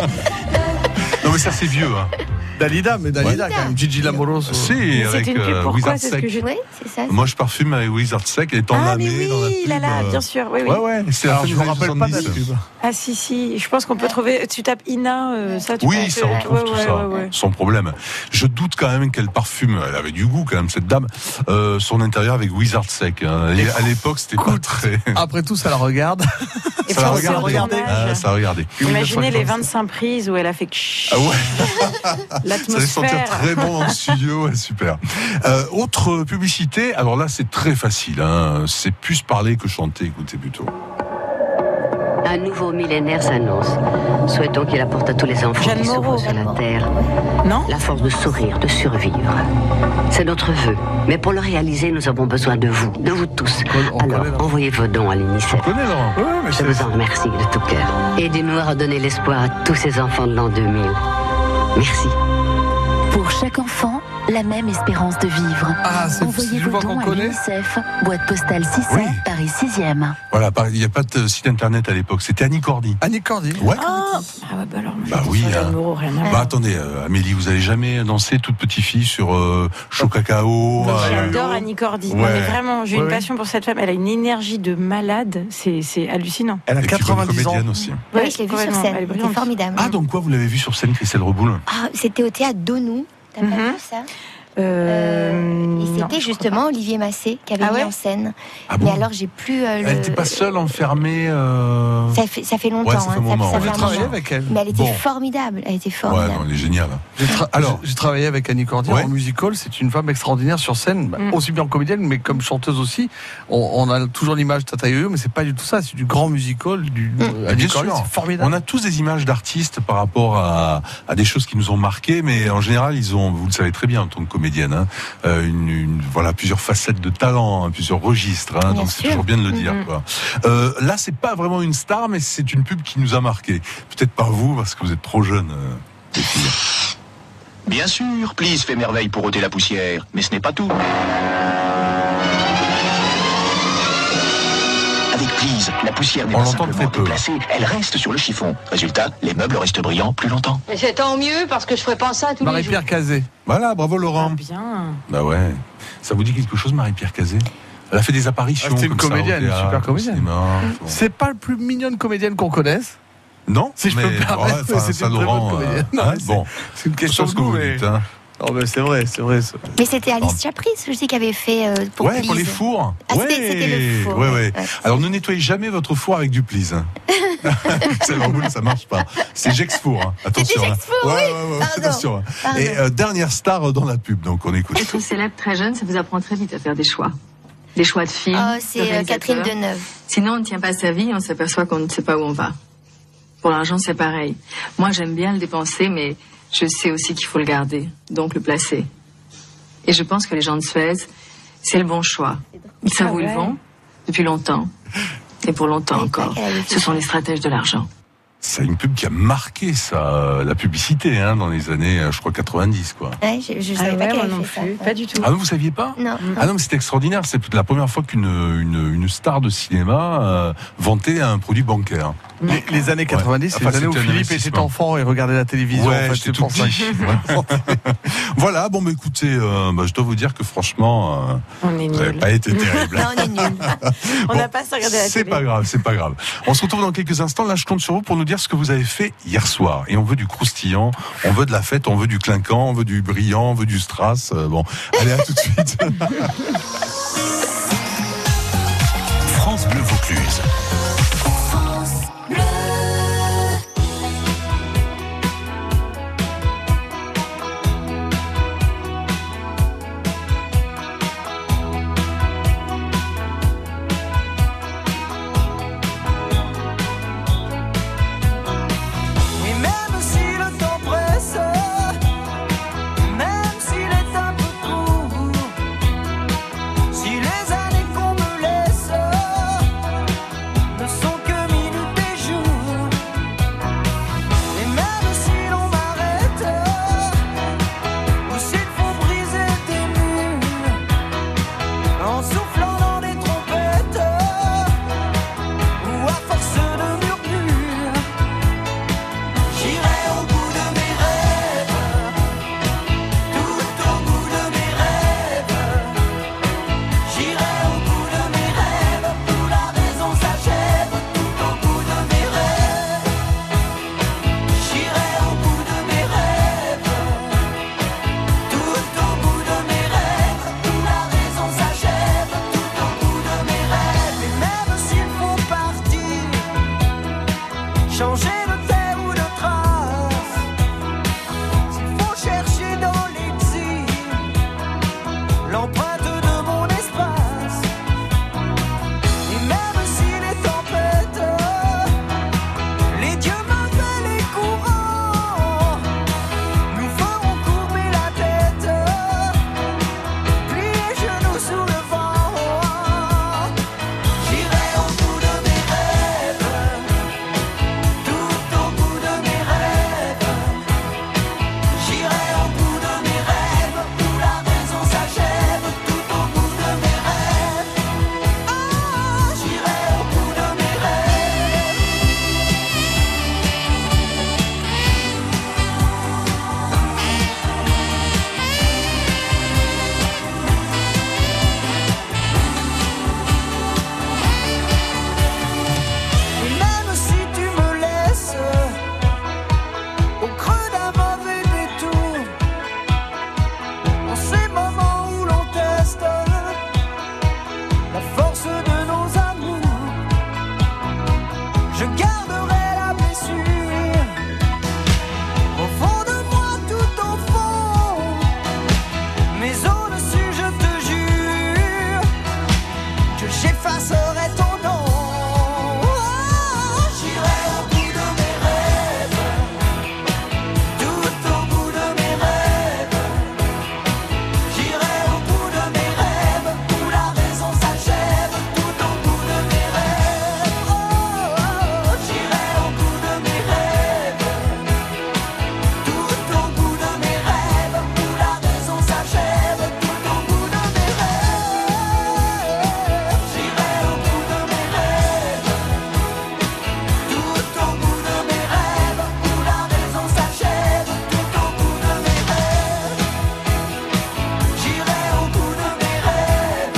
Non mais ça c'est vieux. Hein. Dalida, mais Dalida quand même. Gigi Lamoroso. Si, avec Wizard Sec. Oui, c'est ça. Moi je parfume avec Wizard Sec, elle est en lamé dans la pub. Là, bien sûr. Oui. Ouais, c'est la fin je des me années rappelle pas de la 70. pub. Ah si, je pense qu'on peut trouver. Tu tapes Ina, ça. Tu Oui, ça retrouve tout ça, sans problème. Je doute quand même qu'elle parfume. Elle avait du goût quand même cette dame. Son intérieur avec Wizard Sec. Hein. À l'époque, c'était pas très. Après tout, ça la regarde. Et ça la regardait. Ça a regardé. Imaginez les 25 prises où elle a fait. Ah ouais. L'atmosphère. Ça allait sentir très bon dans le studio, ouais, super. Autre publicité. Alors là, c'est très facile. Hein. C'est plus parler que chanter. Écoutez plutôt. Un nouveau millénaire s'annonce. Souhaitons qu'il apporte à tous les enfants qui s'ouvrent sur la terre la force de sourire, de survivre. C'est notre vœu. Mais pour le réaliser, nous avons besoin de vous tous. Alors, envoyez vos dons à l'UNICEF. Je vous en remercie de tout cœur. Aidez-nous à redonner l'espoir à tous ces enfants de l'an 2000. Merci. Pour chaque enfant, la même espérance de vivre. Envoyez vos dons à l'UNICEF, boîte postale 6 Paris 6e. Voilà, il n'y a pas de site internet à l'époque. C'était Annie Cordy. Annie Cordy. Ouais. Ah ouais, bah alors. Bah oui. Attendez, Amélie, vous avez jamais dansé toute petite fille sur Chaud Cacao? J'adore Annie Cordy. Ouais. Non, mais vraiment, j'ai une passion pour cette femme. Elle a une énergie de malade. C'est hallucinant. Elle a 90 ans. Aussi. Oui, je l'ai vue sur scène. C'était formidable. Ah, donc quoi, vous l'avez vue sur scène, Christelle Reboul? Ah, c'était au théâtre Donou. T'as pas vu ça? Et c'était justement Olivier Massé qui avait mis en scène. Ah bon? Mais alors j'ai plus. Elle n'était pas seule, enfermée. Ça fait longtemps. Ouais, ça fait un moment. J'ai travaillé avec elle. Mais elle était formidable. Elle était formidable. Ouais, non, elle est géniale. Alors, j'ai travaillé avec Annie Cordy en musical. C'est une femme extraordinaire sur scène, aussi bien comédienne, mais comme chanteuse aussi. On a toujours l'image de Tata Yo-Yo, mais c'est pas du tout ça. C'est du grand musical. Bien sûr. C'est formidable. On a tous des images d'artistes par rapport à des choses qui nous ont marqués, mais en général, ils ont, vous le savez très bien en tant que comédienne, hein, voilà, plusieurs facettes de talent, hein, plusieurs registres. Hein, donc c'est toujours bien de le dire. Quoi. Là, c'est pas vraiment une star, mais c'est une pub qui nous a marqué. Peut-être pas vous, parce que vous êtes trop jeune, les filles. Bien sûr, Please fait merveille pour ôter la poussière, mais ce n'est pas tout. Avec Please, la poussière n'est pas simplement déplacée, elle reste sur le chiffon. Résultat, les meubles restent brillants plus longtemps. Et c'est tant mieux, parce que je ferais pas ça tous les jours. Marie-Pierre Cazé. Voilà, bravo Laurent. Bien. Bah ouais. Ça vous dit quelque chose, Marie-Pierre Cazé? Elle a fait des apparitions. C'est une comme comédienne, ça, super comédienne. C'est pas le plus mignonne comédienne qu'on connaisse. Non, si je peux me permettre, c'est une très bonne comédienne. Bon, c'est une question de ce que vous goût. dites. Hein. Oh ben c'est vrai. Mais c'était Alice Chapris, je sais, qui avait fait pour Please. Pour les fours. Ah, c'était le four. Ouais. Alors ne nettoyez jamais votre four avec du Please. Hein. C'est l'emboule, ça marche pas. C'est Gexfour. Hein. Attention. C'était Gexfour, oui. Attention. Pardon. Et dernière star dans la pub, donc on écoute. Être célèbre très jeune, ça vous apprend très vite à faire des choix. Des choix de films. Oh, c'est Catherine Deneuve. Sinon, on ne tient pas sa vie, on s'aperçoit qu'on ne sait pas où on va. Pour l'argent, c'est pareil. Moi, j'aime bien le dépenser, mais je sais aussi qu'il faut le garder, donc le placer. Et je pense que les gens de Suez, c'est le bon choix. Ils savent où ils vont, depuis longtemps. Et pour longtemps encore. Ce sont les stratèges de l'argent. C'est une pub qui a marqué la publicité dans les années, je crois, 90, quoi. Ouais, je savais pas qu'elle avait non fait plus, ça. pas du tout. Ah non, vous saviez pas? Non. Ah non, mais c'était extraordinaire. C'est la première fois qu'une star de cinéma vantait un produit bancaire. Les années 90, c'est les années où Philippe était enfant et regardait la télévision. Ouais, en fait, j'étais tout petit. Voilà, bon, bah écoutez, je dois vous dire que franchement, on est vous n'avez pas été terrible. Non, on est nuls. On n'a pas à se regarder la télé. C'est pas grave. On se retrouve dans quelques instants. Là, je compte sur vous pour nous dire ce que vous avez fait hier soir. Et on veut du croustillant, on veut de la fête, on veut du clinquant, on veut du brillant, on veut du strass. Bon, allez, à tout de suite. France Bleu Vaucluse. changer de terre ou de trace. S'il faut chercher dans l'exil l'empreinte de mon espace, et même si les tempêtes, les dieux m'appellent les courants, nous ferons courber la tête, plier les genoux sous le vent. J'irai au bout de mes rêves, tout au bout de mes rêves. J'irai au bout de mes rêves, où la raison s'achève, tout au bout de mes rêves. Ah, j'irai au bout de mes rêves. Et même si tu me laisses au creux d'un mauvais détour, en ces moments où l'on teste la force de nos amours, je garderai la blessure au fond de moi, tout au fond, mais au-dessus je te jure que j'effacerai ton nom. J'irai au bout de mes rêves, tout au bout de mes rêves. J'irai au bout de mes rêves, où la raison s'achève, tout au bout de mes rêves. Oh, j'irai au bout de mes rêves, tout au bout de mes rêves, où la raison s'achève, tout au bout de mes rêves. J'irai au bout de mes rêves, tout au bout de mes rêves, où la raison s'achève, tout au bout de mes rêves. J'irai au bout de mes rêves,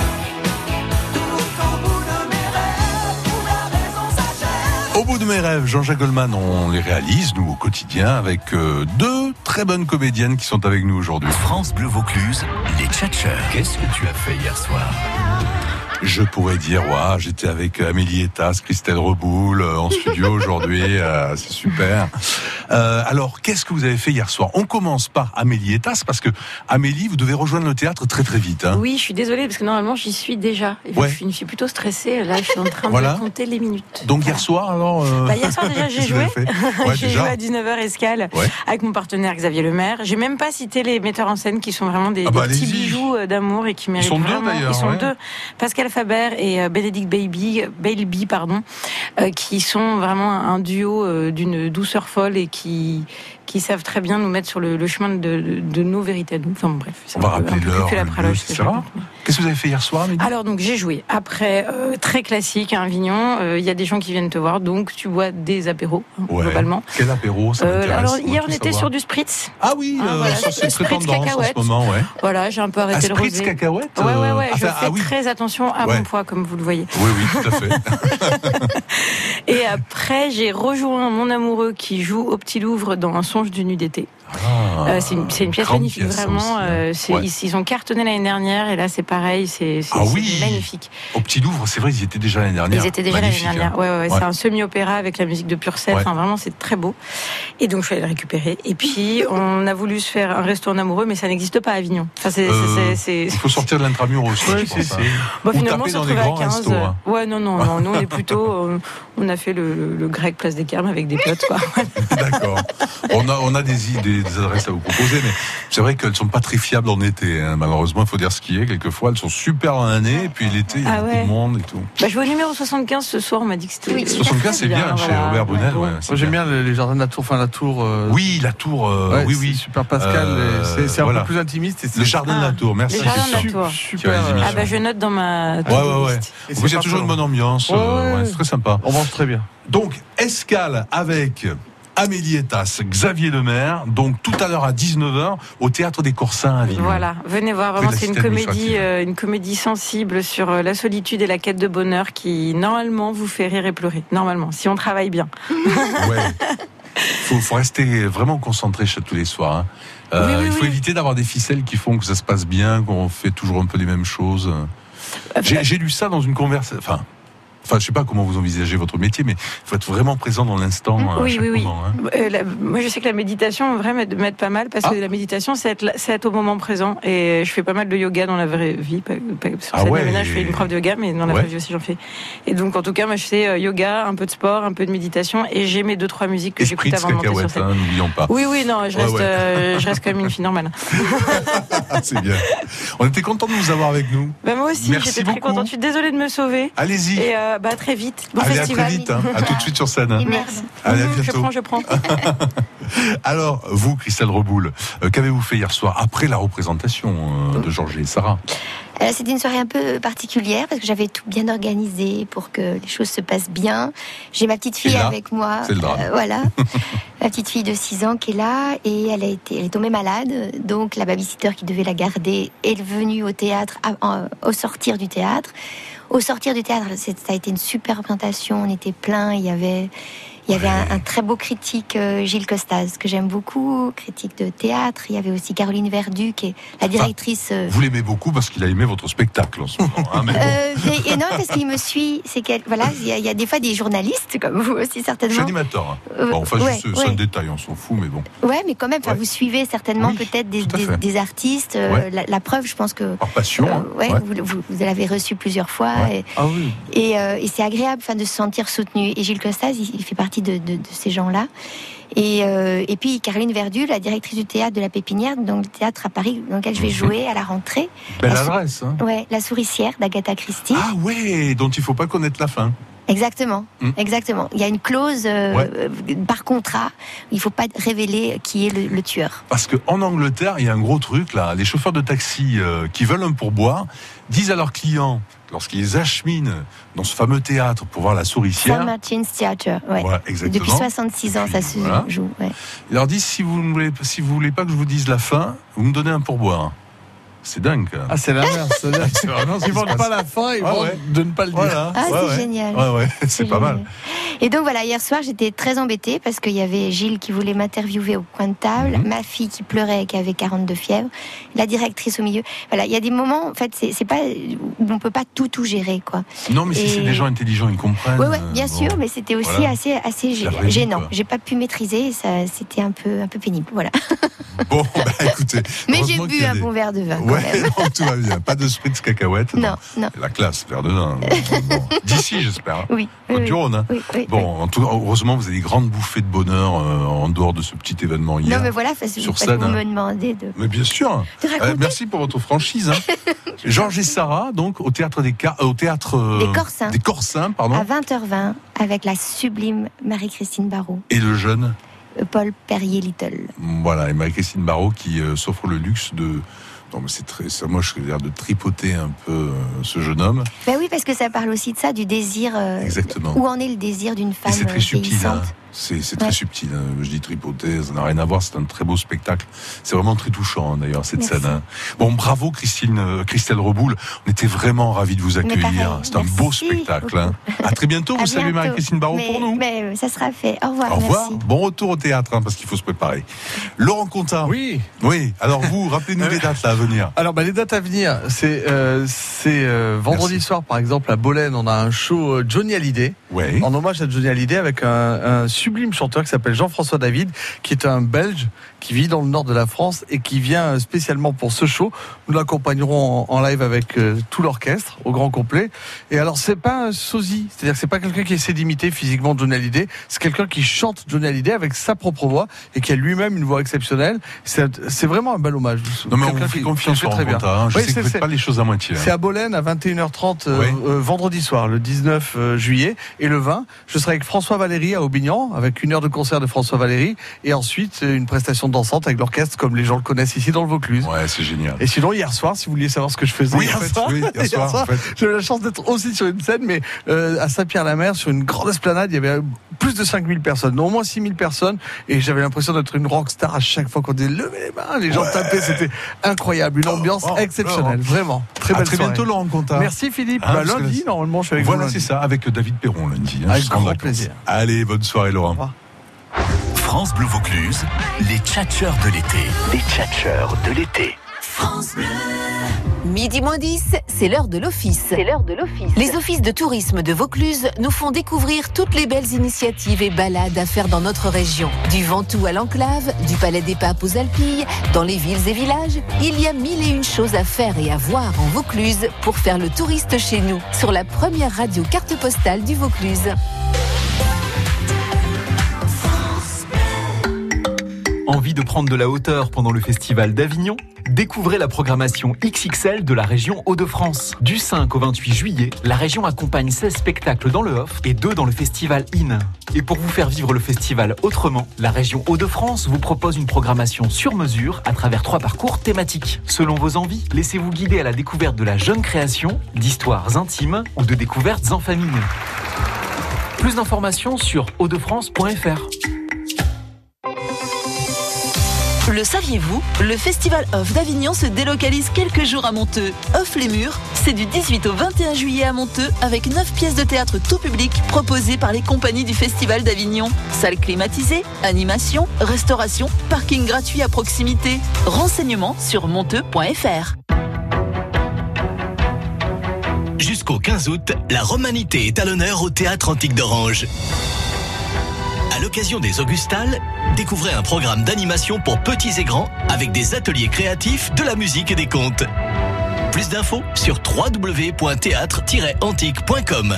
tout au bout de mes rêves, où la raison s'achève. Au bout de mes rêves, Jean-Jacques Goldman, on les réalise, nous, au quotidien, avec deux très bonnes comédiennes qui sont avec nous aujourd'hui. France Bleu Vaucluse, les tchatcheurs. Qu'est-ce que tu as fait hier soir? Je pourrais dire, ouais, j'étais avec Amélie Etas, Christelle Reboul en studio aujourd'hui, c'est super. Alors, qu'est-ce que vous avez fait hier soir? On commence par Amélie Etas, parce que Amélie, vous devez rejoindre le théâtre très très vite. Hein. Oui, je suis désolée, parce que normalement j'y suis déjà. Et Ouais. Je suis plutôt stressée, là je suis en train Voilà. de compter les minutes. Donc hier soir, alors Hier soir déjà j'ai qu'est-ce que vous joué, avez fait Ouais, j'ai déjà. joué à 19h Escale Ouais. avec mon partenaire Xavier Lemaire. J'ai même pas cité les metteurs en scène qui sont vraiment des, Ah bah, des petits allez-y. bijoux d'amour et qui méritent sont deux, vraiment. d'ailleurs, Ils sont ouais. deux, Pascal Faber et Bénédicte Bailby, qui sont vraiment un duo d'une douceur folle et qui savent très bien nous mettre sur le chemin de nos vérités à nous. Enfin bref, c'est On va un peu rappeler l'heure, plus la le lieu, praloge, etc. Qu'est-ce que vous avez fait hier soir, Amélie? Alors donc j'ai joué. Après, très classique à Avignon, il y a des gens qui viennent te voir, donc tu bois des apéros, Ouais. globalement. Quel apéro, ça m'intéresse, alors on va hier tout on était savoir. sur du spritz. Ah oui, Voilà, ça c'est très spritz tendance cacahuète. en ce moment, ouais. Voilà, j'ai un peu arrêté le spritz rosé. cacahuète, Ouais, je enfin, fais oui. très attention à Ouais. mon poids, comme vous le voyez. Oui, tout à fait. Et après, j'ai rejoint mon amoureux qui joue au Petit Louvre dans Un songe d'une nuit d'été. C'est une pièce grande magnifique, pièce, ça vraiment. aussi, hein. Ouais. Ils ont cartonné l'année dernière et là c'est pareil, c'est magnifique. Au Petit Louvre, c'est vrai, ils y étaient déjà l'année dernière. Ils étaient déjà l'année Magnifique, dernière. hein. Ouais. C'est un semi-opéra avec la musique de Purcell. Ouais. Enfin, vraiment, c'est très beau. Et donc, je suis allée le récupérer. Et puis, on a voulu se faire un resto en amoureux, mais ça n'existe pas à Avignon. Enfin, Il faut sortir de l'intramuros aussi, je pense. Hein. Bon, Ou finalement, taper on dans s'est des retrouvé à grands 15. restos. Hein. Ouais, non. Nous, on est plutôt. On a fait le grec place des Carmes avec des potes, quoi. D'accord. On a des adresses à vous proposer, mais c'est vrai qu'elles sont pas très fiables en été. Hein. Malheureusement, il faut dire ce qui est. Quelquefois, elles sont super en année, et puis l'été, il y a beaucoup de monde et tout. Bah, je vais au numéro 75 ce soir, on m'a dit que c'était. 75, c'est bien, chez Robert Brunel. Ouais, Moi, j'aime bien les jardins de la tour, la tour. Oui, la tour. Ouais, oui. Super Pascal. C'est un peu plus intimiste. Le jardin de la tour, merci. Le jardin de la tour. Super. Ah bah je note dans ma. Ouais. En plus, il y a toujours une bonne ambiance. C'est très sympa. On mange très bien. Donc, Escale avec Amélie Etas, Xavier Lemaire, donc tout à l'heure à 19h au Théâtre des Corsins à Avignon. Voilà, venez voir, Rue vraiment de la c'est Cité une comédie sensible sur la solitude et la quête de bonheur qui normalement vous fait rire et pleurer, normalement, si on travaille bien. Faut rester vraiment concentré tous les soirs. Hein. Il faut éviter d'avoir des ficelles qui font que ça se passe bien, qu'on fait toujours un peu les mêmes choses. J'ai lu ça dans une conversation. Enfin, Enfin, je sais pas comment vous envisagez votre métier, mais il faut être vraiment présent dans l'instant. Oui. Moment, hein. Moi, je sais que la méditation vraiment m'aide pas mal parce que la méditation, c'est être au moment présent. Et je fais pas mal de yoga dans la vraie vie. Sur scène, je fais une prof de yoga, mais dans la vraie vie aussi, j'en fais. Et donc, en tout cas, moi, je fais yoga, un peu de sport, un peu de méditation, et j'ai mes 2-3 musiques que j'écoute avant de monter sur scène. N'oublions pas. Oui, non, je reste comme une fille normale. C'est bien. On était content de vous avoir avec nous. Moi aussi, j'étais très contente. Je suis désolée de me sauver. Allez-y. Et très vite. Bon Allez, festival. À très vite. À tout de suite sur scène. Merci. Allez, à bientôt. Je prends. Alors, vous, Christelle Reboul, qu'avez-vous fait hier soir après la représentation de Georges et Sarah? C'était une soirée un peu particulière parce que j'avais tout bien organisé pour que les choses se passent bien. J'ai ma petite fille avec moi. C'est le drame. Voilà. Ma petite fille de 6 ans qui est là et elle est tombée malade. Donc la babysitter qui devait la garder est venue au théâtre au sortir du théâtre. Au sortir du théâtre, ça a été une super représentation. On était plein. Il y avait un très beau critique, Gilles Costaz, que j'aime beaucoup, critique de théâtre. Il y avait aussi Caroline Verdu, qui est la directrice. Vous l'aimez beaucoup parce qu'il a aimé votre spectacle en ce moment. Hein, et non, parce qu'il me suit. C'est il y a des fois des journalistes, comme vous aussi certainement. Je suis animateur. C'est un détail, on s'en fout, mais bon. Ouais, mais quand même, vous suivez certainement peut-être des artistes. La preuve, je pense que. Par passion. Vous l'avez reçu plusieurs fois. Ouais. Et c'est agréable de se sentir soutenu. Et Gilles Costaz, il fait partie de ces gens-là. Et puis Caroline Verdu, la directrice du théâtre de la Pépinière, donc le théâtre à Paris, dans lequel je vais jouer à la rentrée. Belle adresse. Hein. Ouais, La Souricière d'Agatha Christie. Ah ouais, dont il ne faut pas connaître la fin. Exactement. Il y a une clause par contrat. Il ne faut pas révéler qui est le tueur. Parce qu'en Angleterre, il y a un gros truc là. Les chauffeurs de taxi qui veulent un pourboire disent à leurs clients, lorsqu'ils les acheminent dans ce fameux théâtre pour voir La Souricière. Saint Martin's Theatre, ouais. Voilà, exactement. Depuis 66 ans, ça se joue. Ouais. Ils leur disent si vous voulez pas que je vous dise la fin, vous me donnez un pourboire. C'est dingue. Ah, c'est l'inverse. Ils ne vendent pas la fin, ils vendent de ne pas le dire. Voilà. C'est génial. C'est pas mal. Et donc voilà, hier soir, j'étais très embêtée parce qu'il y avait Gilles qui voulait m'interviewer au coin de table, ma fille qui pleurait et qui avait 42 fièvres, la directrice au milieu. Voilà, il y a des moments, en fait, c'est pas où on peut pas tout gérer, quoi. Non, mais si c'est des gens intelligents, ils comprennent. Oui, bien sûr, mais c'était aussi assez gênant. J'ai pas pu maîtriser, c'était un peu pénible. Voilà. Bon, écoutez. Mais j'ai bu un bon verre de vin. Tout va bien. Pas de spritz cacahuète. Non. La classe, verre de vin. D'ici, j'espère. Oui. Côte-du-Rhône. Hein. Oui. Bon, heureusement, vous avez des grandes bouffées de bonheur en dehors de ce petit événement hier. Non, mais voilà, sur scène. Vous me demandez de. Mais bien sûr. Merci pour votre franchise. Hein. Georges et Sarah, donc, au théâtre des Corsins, pardon. À 20h20, avec la sublime Marie-Christine Barrault. Et le jeune Paul Perrier-Little. Voilà, et Marie-Christine Barrault qui s'offre le luxe de. Non, mais c'est très moche, de tripoter un peu ce jeune homme. Oui, parce que ça parle aussi de ça, du désir. Exactement. Où en est le désir d'une femme c'est très subtil, vieillissante. C'est très subtil. Hein. Je dis tripoter, ça n'a rien à voir. C'est un très beau spectacle. C'est vraiment très touchant, d'ailleurs, cette scène. Hein. Bon, bravo, Christelle Reboul. On était vraiment ravis de vous accueillir. C'est un beau spectacle. Hein. À très bientôt. Vous saluez Marie-Christine Barrault pour nous. Mais ça sera fait. Au revoir. Au revoir. Merci. Bon retour au théâtre, parce qu'il faut se préparer. Laurent Contat. Oui. Alors vous, rappelez-nous les dates là, à venir. Alors, les dates à venir, c'est vendredi soir, par exemple, à Bolène, on a un show Johnny Hallyday. Ouais. En hommage à Johnny Hallyday avec un sublime chanteur qui s'appelle Jean-François David, qui est un Belge qui vit dans le nord de la France et qui vient spécialement pour ce show. Nous l'accompagnerons en live avec tout l'orchestre au grand complet. Et alors, c'est pas un sosie, c'est-à-dire que c'est pas quelqu'un qui essaie d'imiter physiquement Johnny Hallyday, c'est quelqu'un qui chante Johnny Hallyday avec sa propre voix et qui a lui-même une voix exceptionnelle. C'est vraiment un bel hommage. Non, mais on vous fait confiance, Laurent Contat. Je sais que vous ne faites pas les choses à moitié. C'est à Bolène à 21h30 vendredi soir, le 19 juillet. Et le 20, je serai avec François Valéry à Aubignan, avec 1 heure de concert de François Valéry, et ensuite une prestation dansante avec l'orchestre comme les gens le connaissent ici dans le Vaucluse. Ouais, c'est génial. Et sinon, hier soir, si vous vouliez savoir ce que je faisais hier soir, en fait. j'ai eu la chance d'être aussi sur une scène, mais à Saint-Pierre-la-Mer, sur une grande esplanade, il y avait plus de 5000 personnes, non, au moins 6000 personnes, et j'avais l'impression d'être une rockstar à chaque fois qu'on disait levez les mains, les gens tapaient, c'était incroyable, une ambiance exceptionnelle, vraiment. Très belle soirée. Très bientôt, Laurent Contat. Merci Philippe. Lundi, normalement, je suis avec vous. Voilà, c'est ça, avec David Perron lundi. Avec grand plaisir. Allez, bonne soirée, Laurent. France Bleu Vaucluse, les tchatcheurs de l'été. Les tchatcheurs de l'été. France Bleu. Midi moins 10, c'est l'heure de l'office. Les offices de tourisme de Vaucluse nous font découvrir toutes les belles initiatives et balades à faire dans notre région. Du Ventoux à l'Enclave, du Palais des Papes aux Alpilles, dans les villes et villages, il y a 1001 choses à faire et à voir en Vaucluse pour faire le touriste chez nous, sur la première radio carte postale du Vaucluse. Envie de prendre de la hauteur pendant le festival d'Avignon ? Découvrez la programmation XXL de la région Hauts-de-France. Du 5 au 28 juillet, la région accompagne 16 spectacles dans le off et 2 dans le festival IN. Et pour vous faire vivre le festival autrement, la région Hauts-de-France vous propose une programmation sur mesure à travers 3 parcours thématiques. Selon vos envies, laissez-vous guider à la découverte de la jeune création, d'histoires intimes ou de découvertes en famille. Plus d'informations sur hautdefrance.fr. Le saviez-vous ? Le Festival Off d'Avignon se délocalise quelques jours à Monteux. Off les murs, c'est du 18 au 21 juillet à Monteux avec 9 pièces de théâtre tout public proposées par les compagnies du Festival d'Avignon. Salle climatisée, animation, restauration, parking gratuit à proximité. Renseignements sur monteux.fr. Jusqu'au 15 août, la romanité est à l'honneur au Théâtre Antique d'Orange. À l'occasion des Augustales, découvrez un programme d'animation pour petits et grands avec des ateliers créatifs, de la musique et des contes. Plus d'infos sur www.théâtre-antique.com.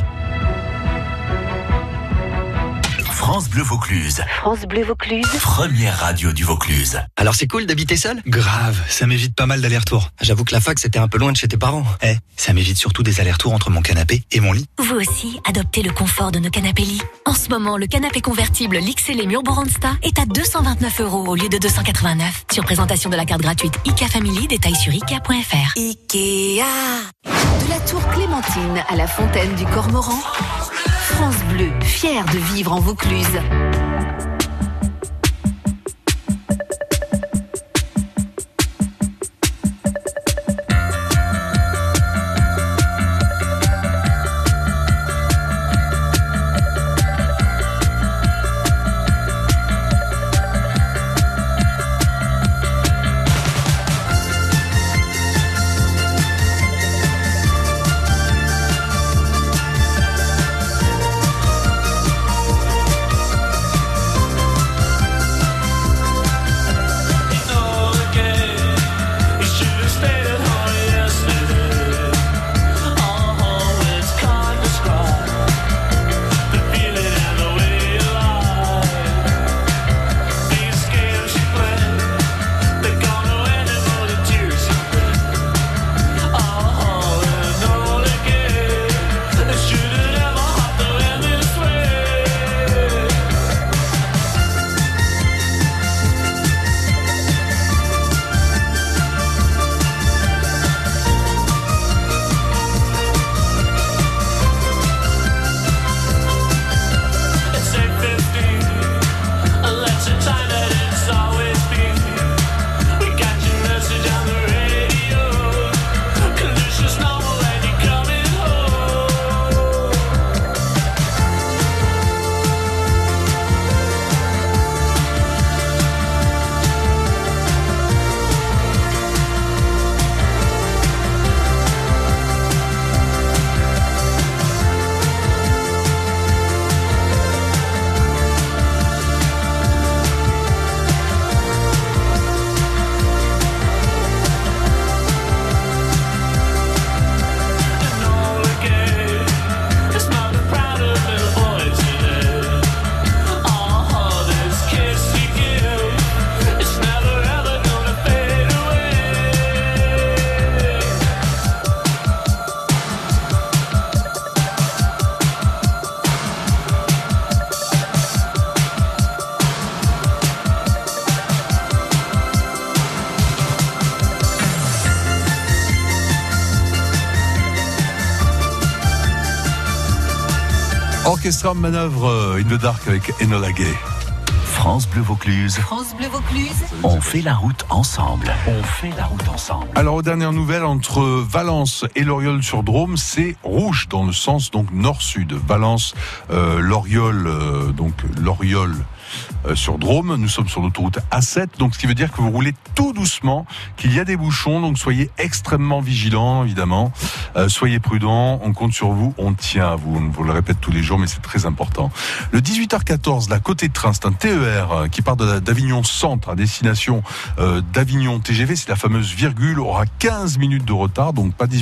France Bleu Vaucluse. France Bleu Vaucluse. Première radio du Vaucluse. Alors c'est cool d'habiter seul ? Grave, ça m'évite pas mal d'allers-retours. J'avoue que la fac c'était un peu loin de chez tes parents. Ça m'évite surtout des allers-retours entre mon canapé et mon lit. Vous aussi, adoptez le confort de nos canapés lits. En ce moment, le canapé convertible l'XL Murboransta est à 229 € au lieu de 289. Sur présentation de la carte gratuite IKEA Family, détail sur Ikea.fr. Ikea. De la tour Clémentine à la fontaine du Cormoran, France Bleu, fière de vivre en Vaucluse. Orchestra Manœuvre in the Dark avec Enola Gay. France Bleu Vaucluse. France Bleu Vaucluse. On fait la route ensemble. Alors, aux dernières nouvelles, entre Valence et Loriol-sur-Drôme, c'est rouge dans le sens donc nord-sud. Valence, Loriol, Loriol. Sur Drôme, nous sommes sur l'autoroute A7, donc ce qui veut dire que vous roulez tout doucement, qu'il y a des bouchons, donc soyez extrêmement vigilants, évidemment. Soyez prudents, on compte sur vous, on tient à vous. On vous le répète tous les jours, mais c'est très important. Le 18h14, la côté de train, c'est un TER qui part d'Avignon Centre à destination d'Avignon TGV, c'est la fameuse virgule, aura 15 minutes de retard, donc pas 18.